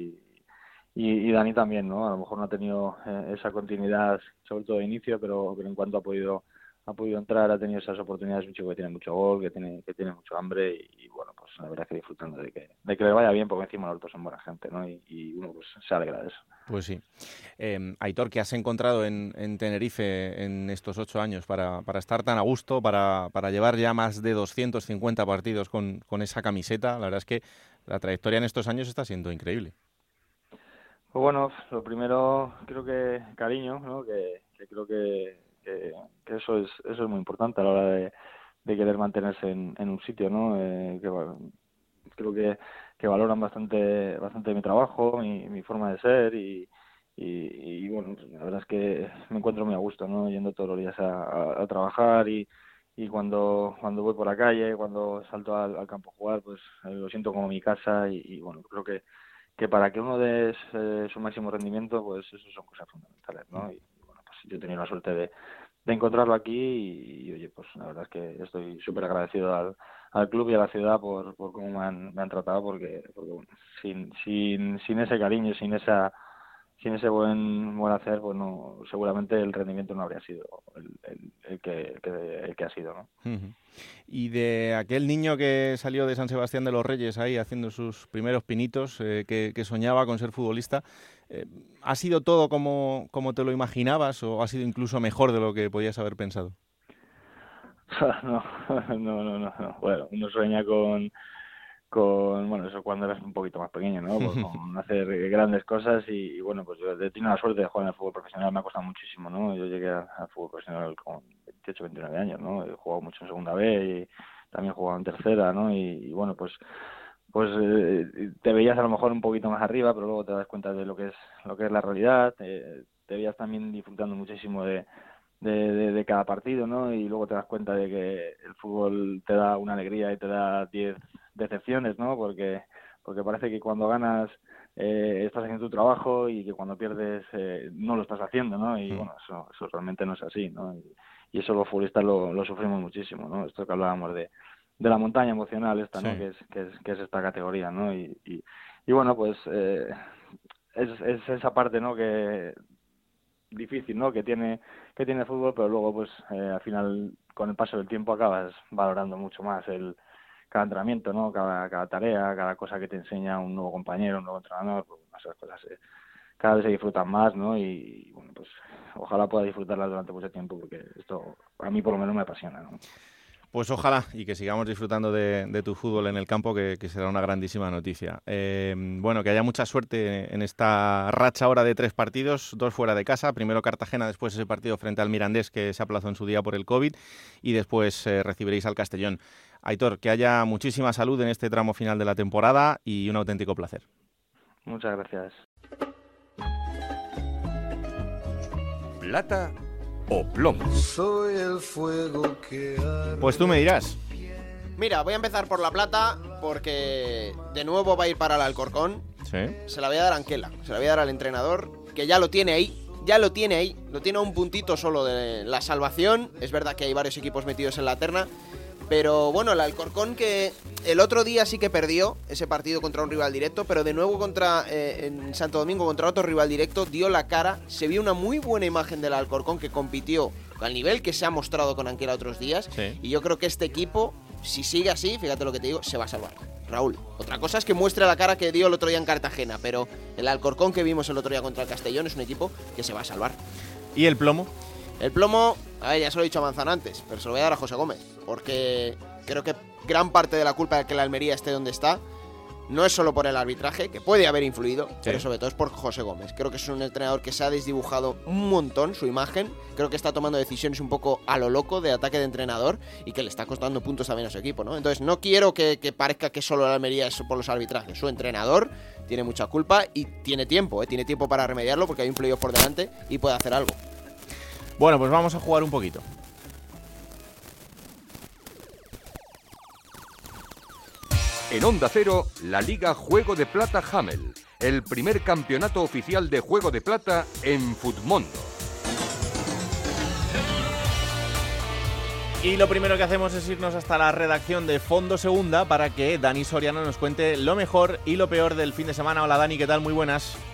y Dani también, ¿no? A lo mejor no ha tenido esa continuidad, sobre todo de inicio, pero en cuanto ha podido ha podido entrar, ha tenido esas oportunidades, un chico que tiene mucho gol, que tiene mucho hambre y bueno, pues la verdad es que disfrutando de que le vaya bien, porque encima los dos son buena gente, ¿no? Y uno pues se alegra de eso. Pues sí. Aitor, ¿qué has encontrado en Tenerife en estos 8 años para estar tan a gusto, para llevar ya más de 250 partidos con esa camiseta? La verdad es que la trayectoria en estos años está siendo increíble. Pues bueno, lo primero creo que cariño, ¿no? Que creo que eso es muy importante a la hora de querer mantenerse en un sitio, ¿no? Creo que valoran bastante mi trabajo, mi forma de ser y bueno, la verdad es que me encuentro muy a gusto, ¿no? Yendo todos los días a trabajar y cuando voy por la calle, cuando salto al campo a jugar, pues lo siento como mi casa y bueno, creo que para que uno dé su máximo rendimiento, pues eso son cosas fundamentales, ¿no? Y bueno, pues yo he tenido la suerte de encontrarlo aquí y oye, pues la verdad es que estoy súper agradecido al club y a la ciudad por cómo me han tratado, porque bueno, sin ese cariño, sin ese buen hacer, pues no, seguramente el rendimiento no habría sido el que ha sido, ¿no? Uh-huh. Y de aquel niño que salió de San Sebastián de los Reyes ahí haciendo sus primeros pinitos, que soñaba con ser futbolista, ¿ha sido todo como te lo imaginabas o ha sido incluso mejor de lo que podías haber pensado? No. Bueno, uno sueña con bueno, eso cuando eres un poquito más pequeño, ¿no? Pues con hacer grandes cosas y bueno, pues yo he tenido la suerte de jugar en el fútbol profesional, me ha costado muchísimo, ¿no? Yo llegué al fútbol profesional con 28, 29 años, ¿no? He jugado mucho en segunda B y también he jugado en tercera, ¿no? Y bueno, pues te veías a lo mejor un poquito más arriba, pero luego te das cuenta de lo que es la realidad, te veías también disfrutando muchísimo de cada partido, ¿no? Y luego te das cuenta de que el fútbol te da una alegría y te da 10 decepciones, ¿no? Porque parece que cuando ganas estás haciendo tu trabajo y que cuando pierdes no lo estás haciendo, ¿no? Y bueno, eso realmente no es así, ¿no? Y eso los futbolistas lo sufrimos muchísimo, ¿no? Esto que hablábamos de la montaña emocional esta, ¿no? Sí. Que es esta categoría, ¿no? Y bueno, pues es esa parte, ¿no? Que difícil, ¿no? Que tiene el fútbol, pero luego pues al final con el paso del tiempo acabas valorando mucho más cada entrenamiento, ¿no? Cada tarea, cada cosa que te enseña un nuevo compañero, un nuevo entrenador, pues esas cosas cada vez se disfrutan más, ¿no? Y bueno, pues ojalá pueda disfrutarlas durante mucho tiempo, porque esto a mí por lo menos me apasiona, ¿no? Pues ojalá y que sigamos disfrutando de tu fútbol en el campo, que será una grandísima noticia. Bueno, que haya mucha suerte en esta racha ahora de 3 partidos, 2 fuera de casa. Primero Cartagena, después ese partido frente al Mirandés, que se aplazó en su día por el COVID, y después recibiréis al Castellón. Aitor, que haya muchísima salud en este tramo final de la temporada y un auténtico placer. Muchas gracias. ¿Plata o plomo? Soy el fuego que arde. Pues tú me dirás. Mira, voy a empezar por la plata porque de nuevo va a ir para el Alcorcón. Sí. Se la voy a dar a Anquela, se la voy a dar al entrenador, que ya lo tiene ahí. Lo tiene a un puntito solo de la salvación. Es verdad que hay varios equipos metidos en la terna, pero bueno, el Alcorcón, que el otro día sí que perdió ese partido contra un rival directo, pero de nuevo en Santo Domingo contra otro rival directo dio la cara. Se vio una muy buena imagen del Alcorcón, que compitió al nivel que se ha mostrado con Anquela otros días. Sí. Y yo creo que este equipo, si sigue así, fíjate lo que te digo, se va a salvar. Raúl, otra cosa es que muestre la cara que dio el otro día en Cartagena, pero el Alcorcón que vimos el otro día contra el Castellón es un equipo que se va a salvar. ¿Y el plomo? El plomo, a ver, ya se lo he dicho a Manzano antes, pero se lo voy a dar a José Gómez, porque creo que gran parte de la culpa de que la Almería esté donde está no es solo por el arbitraje, que puede haber influido, pero sobre todo es por José Gómez. Creo que es un entrenador que se ha desdibujado un montón su imagen, creo que está tomando decisiones un poco a lo loco de ataque de entrenador y que le está costando puntos también a su equipo, ¿no? Entonces no quiero que parezca que solo la Almería es por los arbitrajes. Su entrenador tiene mucha culpa y tiene tiempo para remediarlo, porque hay un playoff por delante y puede hacer algo. Bueno, pues vamos a jugar un poquito. En Onda Cero, la Liga Juego de Plata Hamel, el primer campeonato oficial de Juego de Plata en Futmundo. Y lo primero que hacemos es irnos hasta la redacción de Fondo Segunda para que Dani Soriano nos cuente lo mejor y lo peor del fin de semana. Hola Dani, ¿qué tal? Muy buenas.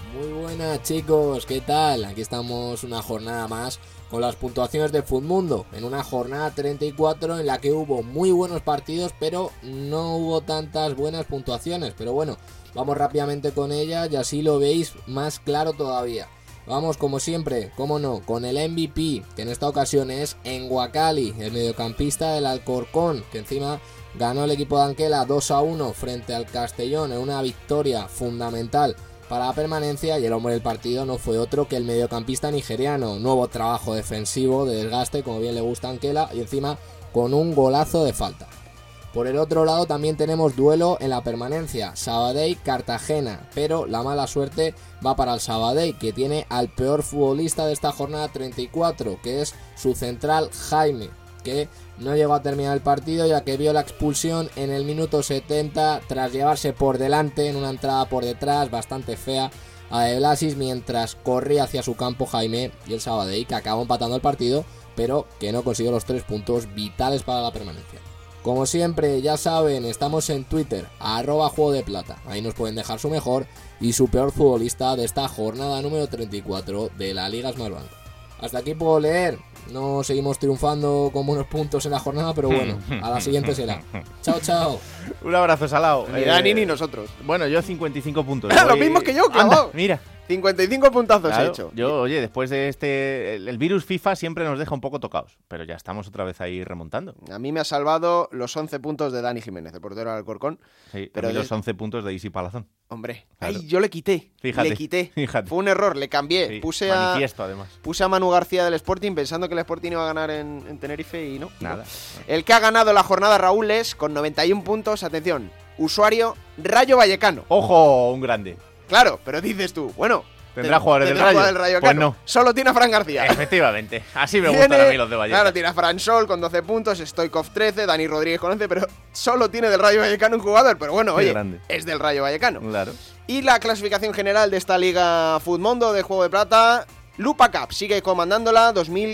Muy buenas chicos, ¿qué tal? Aquí estamos una jornada más con las puntuaciones de Futmundo, en una jornada 34 en la que hubo muy buenos partidos, pero no hubo tantas buenas puntuaciones. Pero bueno, vamos rápidamente con ellas y así lo veis más claro todavía. Vamos como siempre, como no, con el MVP, que en esta ocasión es Enguacali, el mediocampista del Alcorcón, que encima ganó el equipo de Anquela 2-1 frente al Castellón en una victoria fundamental para la permanencia, y el hombre del partido no fue otro que el mediocampista nigeriano. Nuevo trabajo defensivo de desgaste, como bien le gusta a Anquela, y encima con un golazo de falta. Por el otro lado también tenemos duelo en la permanencia, Sabadell-Cartagena, pero la mala suerte va para el Sabadell, que tiene al peor futbolista de esta jornada 34, que es su central Jaime, que no llegó a terminar el partido ya que vio la expulsión en el minuto 70 tras llevarse por delante en una entrada por detrás bastante fea a De Blasis mientras corría hacia su campo Jaime, y el Sabadell, que acabó empatando el partido pero que no consiguió los 3 puntos vitales para la permanencia. Como siempre, ya saben, estamos en Twitter, @Juego de Plata. Ahí nos pueden dejar su mejor y su peor futbolista de esta jornada número 34 de la Liga Smartbank. Hasta aquí puedo leer. No seguimos triunfando con buenos puntos en la jornada, pero bueno, a la siguiente será. Chao, chao. Un abrazo, Salao. Ni Dani ni nosotros. Bueno, yo 55 puntos. Lo mismo que yo, clavado. Mira. 55 puntazos Claro, he hecho. Yo, oye, después de el virus FIFA siempre nos deja un poco tocados, pero ya estamos otra vez ahí remontando. A mí me ha salvado los 11 puntos de Dani Jiménez, el portero del Alcorcón. Sí, pero los 11 puntos de Isi Palazón. Hombre, Claro. ay, yo le quité. Fíjate, le quité. fíjate. Fue un error, le cambié. Sí, puse manifiesto, además. Puse a Manu García del Sporting pensando que el Sporting iba a ganar en Tenerife y no. Nada. El que ha ganado la jornada, Raúl, es con 91 puntos. Atención, usuario Rayo Vallecano. ¡Ojo! Un grande. Claro, pero dices tú, bueno... ¿Tendrá jugadores del Rayo? Pues no. Solo tiene a Fran García. Efectivamente. Así me gustan a mí los de Vallecano. Claro, tiene a Fran Sol con 12 puntos, Stoikov 13, Dani Rodríguez con 11, pero solo tiene del Rayo Vallecano un jugador. Pero bueno, Qué oye, grande. es del Rayo Vallecano. Claro. Y la clasificación general de esta Liga Futmundo de Juego de Plata, Lupa Cup sigue comandándola,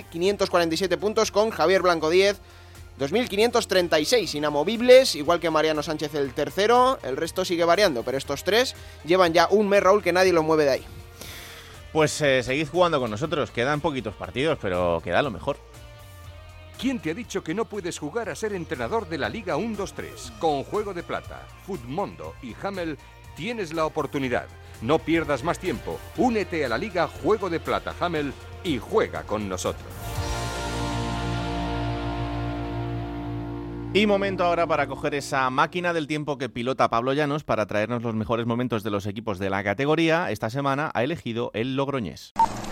2.547 puntos con Javier Blanco 10, 2.536 inamovibles, igual que Mariano Sánchez el tercero. El resto sigue variando, pero estos tres llevan ya un mes, Raúl, que nadie los mueve de ahí. Pues seguid jugando con nosotros, quedan poquitos partidos, pero queda lo mejor. ¿Quién te ha dicho que no puedes jugar a ser entrenador de la Liga 1-2-3? Con Juego de Plata, Futmundo y Hamel tienes la oportunidad. No pierdas más tiempo. Únete a la Liga Juego de Plata Hamel y juega con nosotros. Y momento ahora para coger esa máquina del tiempo que pilota Pablo Llanos para traernos los mejores momentos de los equipos de la categoría. Esta semana ha elegido el Logroñés.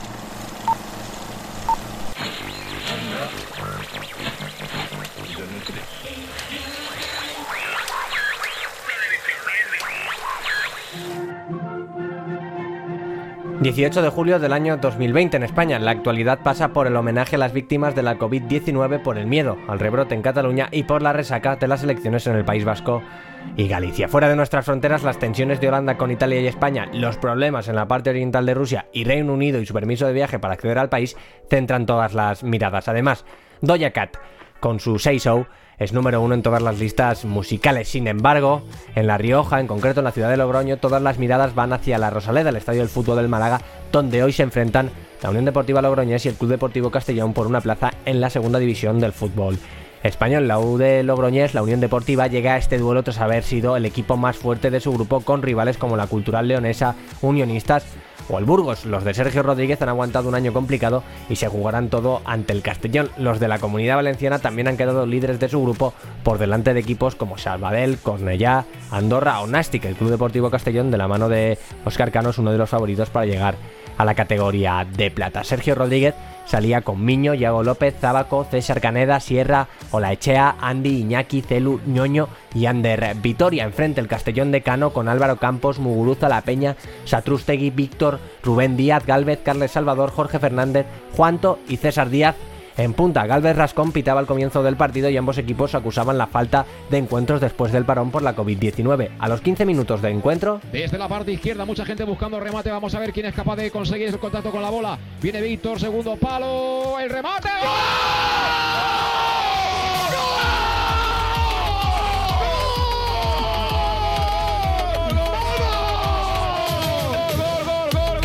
...18 de julio del año 2020 en España. La actualidad pasa por el homenaje a las víctimas de la COVID-19 por el miedo al rebrote en Cataluña y por la resaca de las elecciones en el País Vasco y Galicia. Fuera de nuestras fronteras, las tensiones de Holanda con Italia y España, los problemas en la parte oriental de Rusia y Reino Unido y su permiso de viaje para acceder al país centran todas las miradas. Además, Doja Cat, con su Say So, es número 1 en todas las listas musicales. Sin embargo, en La Rioja, en concreto en la ciudad de Logroño, todas las miradas van hacia la Rosaleda, el estadio del fútbol del Málaga, donde hoy se enfrentan la Unión Deportiva Logroñés y el Club Deportivo Castellón por una plaza en la segunda división del fútbol español. La U de Logroñés, la Unión Deportiva, llega a este duelo tras haber sido el equipo más fuerte de su grupo, con rivales como la Cultural Leonesa, Unionistas o el Burgos. Los de Sergio Rodríguez han aguantado un año complicado y se jugarán todo ante el Castellón. Los de la Comunidad Valenciana también han quedado líderes de su grupo por delante de equipos como Sabadell, Cornellá, Andorra o Nàstic. El Club Deportivo Castellón, de la mano de Óscar Cano, es uno de los favoritos para llegar a la categoría de plata. Sergio Rodríguez salía con Miño, Iago López, Zábaco, César Caneda, Sierra, Olaechea, Andy, Iñaki, Celu, Ñoño y Ander Vitoria. Enfrente el Castellón de Cano con Álvaro Campos, Muguruza, La Peña, Satrústegui, Víctor, Rubén Díaz, Gálvez, Carles Salvador, Jorge Fernández, Juanto y César Díaz en punta. Gálvez Rascón pitaba al comienzo del partido y ambos equipos acusaban la falta de encuentros después del parón por la COVID-19. A los 15 minutos de encuentro, desde la parte izquierda, mucha gente buscando remate. Vamos a ver quién es capaz de conseguir el contacto con la bola. Viene Víctor, segundo palo, el remate. ¡Gol!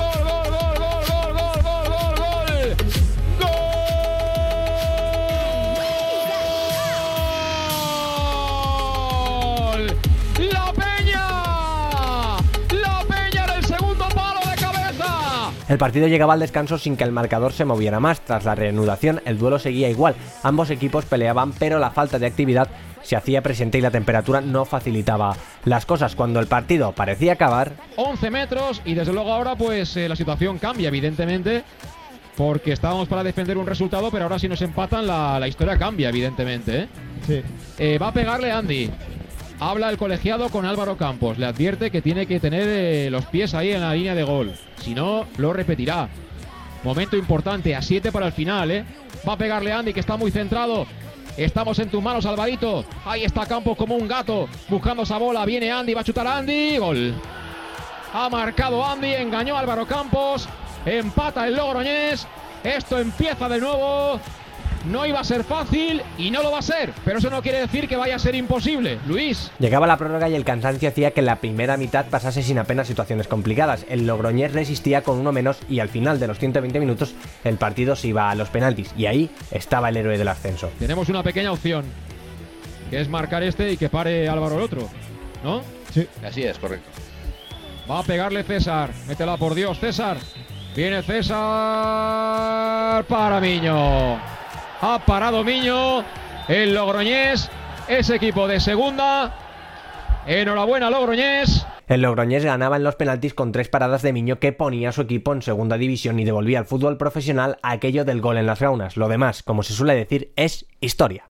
El partido llegaba al descanso sin que el marcador se moviera más. Tras la reanudación, el duelo seguía igual. Ambos equipos peleaban, pero la falta de actividad se hacía presente y la temperatura no facilitaba las cosas. Cuando el partido parecía acabar... 11 metros y desde luego ahora pues la situación cambia evidentemente, porque estábamos para defender un resultado, pero ahora si nos empatan la historia cambia evidentemente. Sí. Va a pegarle Andy. Habla el colegiado con Álvaro Campos. Le advierte que tiene que tener los pies ahí en la línea de gol. Si no, lo repetirá. Momento importante, a 7 para el final, Va a pegarle Andy, que está muy centrado. Estamos en tus manos, Alvarito. Ahí está Campos como un gato, buscando esa bola. Viene Andy, va a chutar Andy. Gol. Ha marcado Andy, engañó a Álvaro Campos. Empata el Logroñés. Esto empieza de nuevo. No iba a ser fácil y no lo va a ser, pero eso no quiere decir que vaya a ser imposible. Luis. Llegaba la prórroga y el cansancio hacía que la primera mitad pasase sin apenas situaciones complicadas. El Logroñés resistía con uno menos y al final de los 120 minutos el partido se iba a los penaltis y ahí estaba el héroe del ascenso. Tenemos una pequeña opción, que es marcar este y que pare Álvaro el otro, ¿no? Sí. Así es, correcto. Va a pegarle César. Métela por Dios, César. Viene César para Miño. Ha parado Miño, el Logroñés, ese equipo de segunda. Enhorabuena, Logroñés. El Logroñés ganaba en los penaltis con 3 paradas de Miño que ponía a su equipo en segunda división y devolvía al fútbol profesional aquello del gol en las gaunas. Lo demás, como se suele decir, es historia.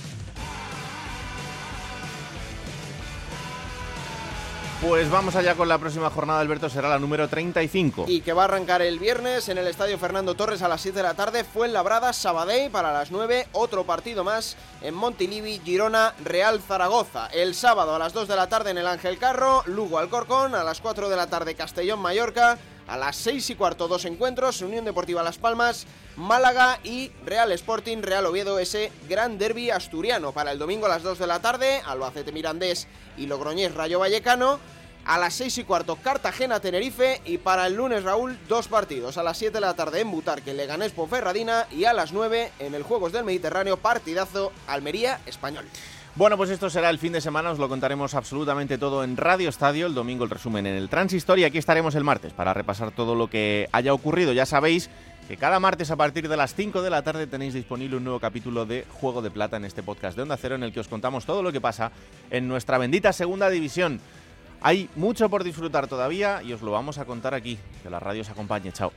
Pues vamos allá con la próxima jornada, Alberto, será la número 35. Y que va a arrancar el viernes en el Estadio Fernando Torres a las 7 de la tarde. Fuenlabrada, Sabadell para las 9. Otro partido más en Montilivi, Girona, Real Zaragoza. El sábado a las 2 de la tarde en el Ángel Carro, Lugo Alcorcón. A las 4 de la tarde Castellón Mallorca. A las 6:15 2 encuentros, Unión Deportiva Las Palmas, Málaga y Real Sporting, Real Oviedo, ese gran derbi asturiano. Para el domingo a las 2 de la tarde, Albacete Mirandés y Logroñés Rayo Vallecano. A las 6:15 Cartagena Tenerife y para el lunes, Raúl, 2 partidos. A las 7 de la tarde en Butarque, Leganés Ponferradina y a las 9 en el Juegos del Mediterráneo, partidazo Almería Español. Bueno, pues esto será el fin de semana, os lo contaremos absolutamente todo en Radio Estadio, el domingo el resumen en el Transistor y aquí estaremos el martes para repasar todo lo que haya ocurrido. Ya sabéis que cada martes a partir de las 5 de la tarde tenéis disponible un nuevo capítulo de Juego de Plata en este podcast de Onda Cero en el que os contamos todo lo que pasa en nuestra bendita segunda división. Hay mucho por disfrutar todavía y os lo vamos a contar aquí. Que la radio os acompañe. Chao.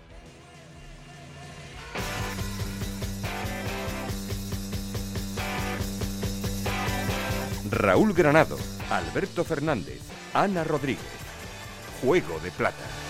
Raúl Granado, Alberto Fernández, Ana Rodríguez. Juego de Plata.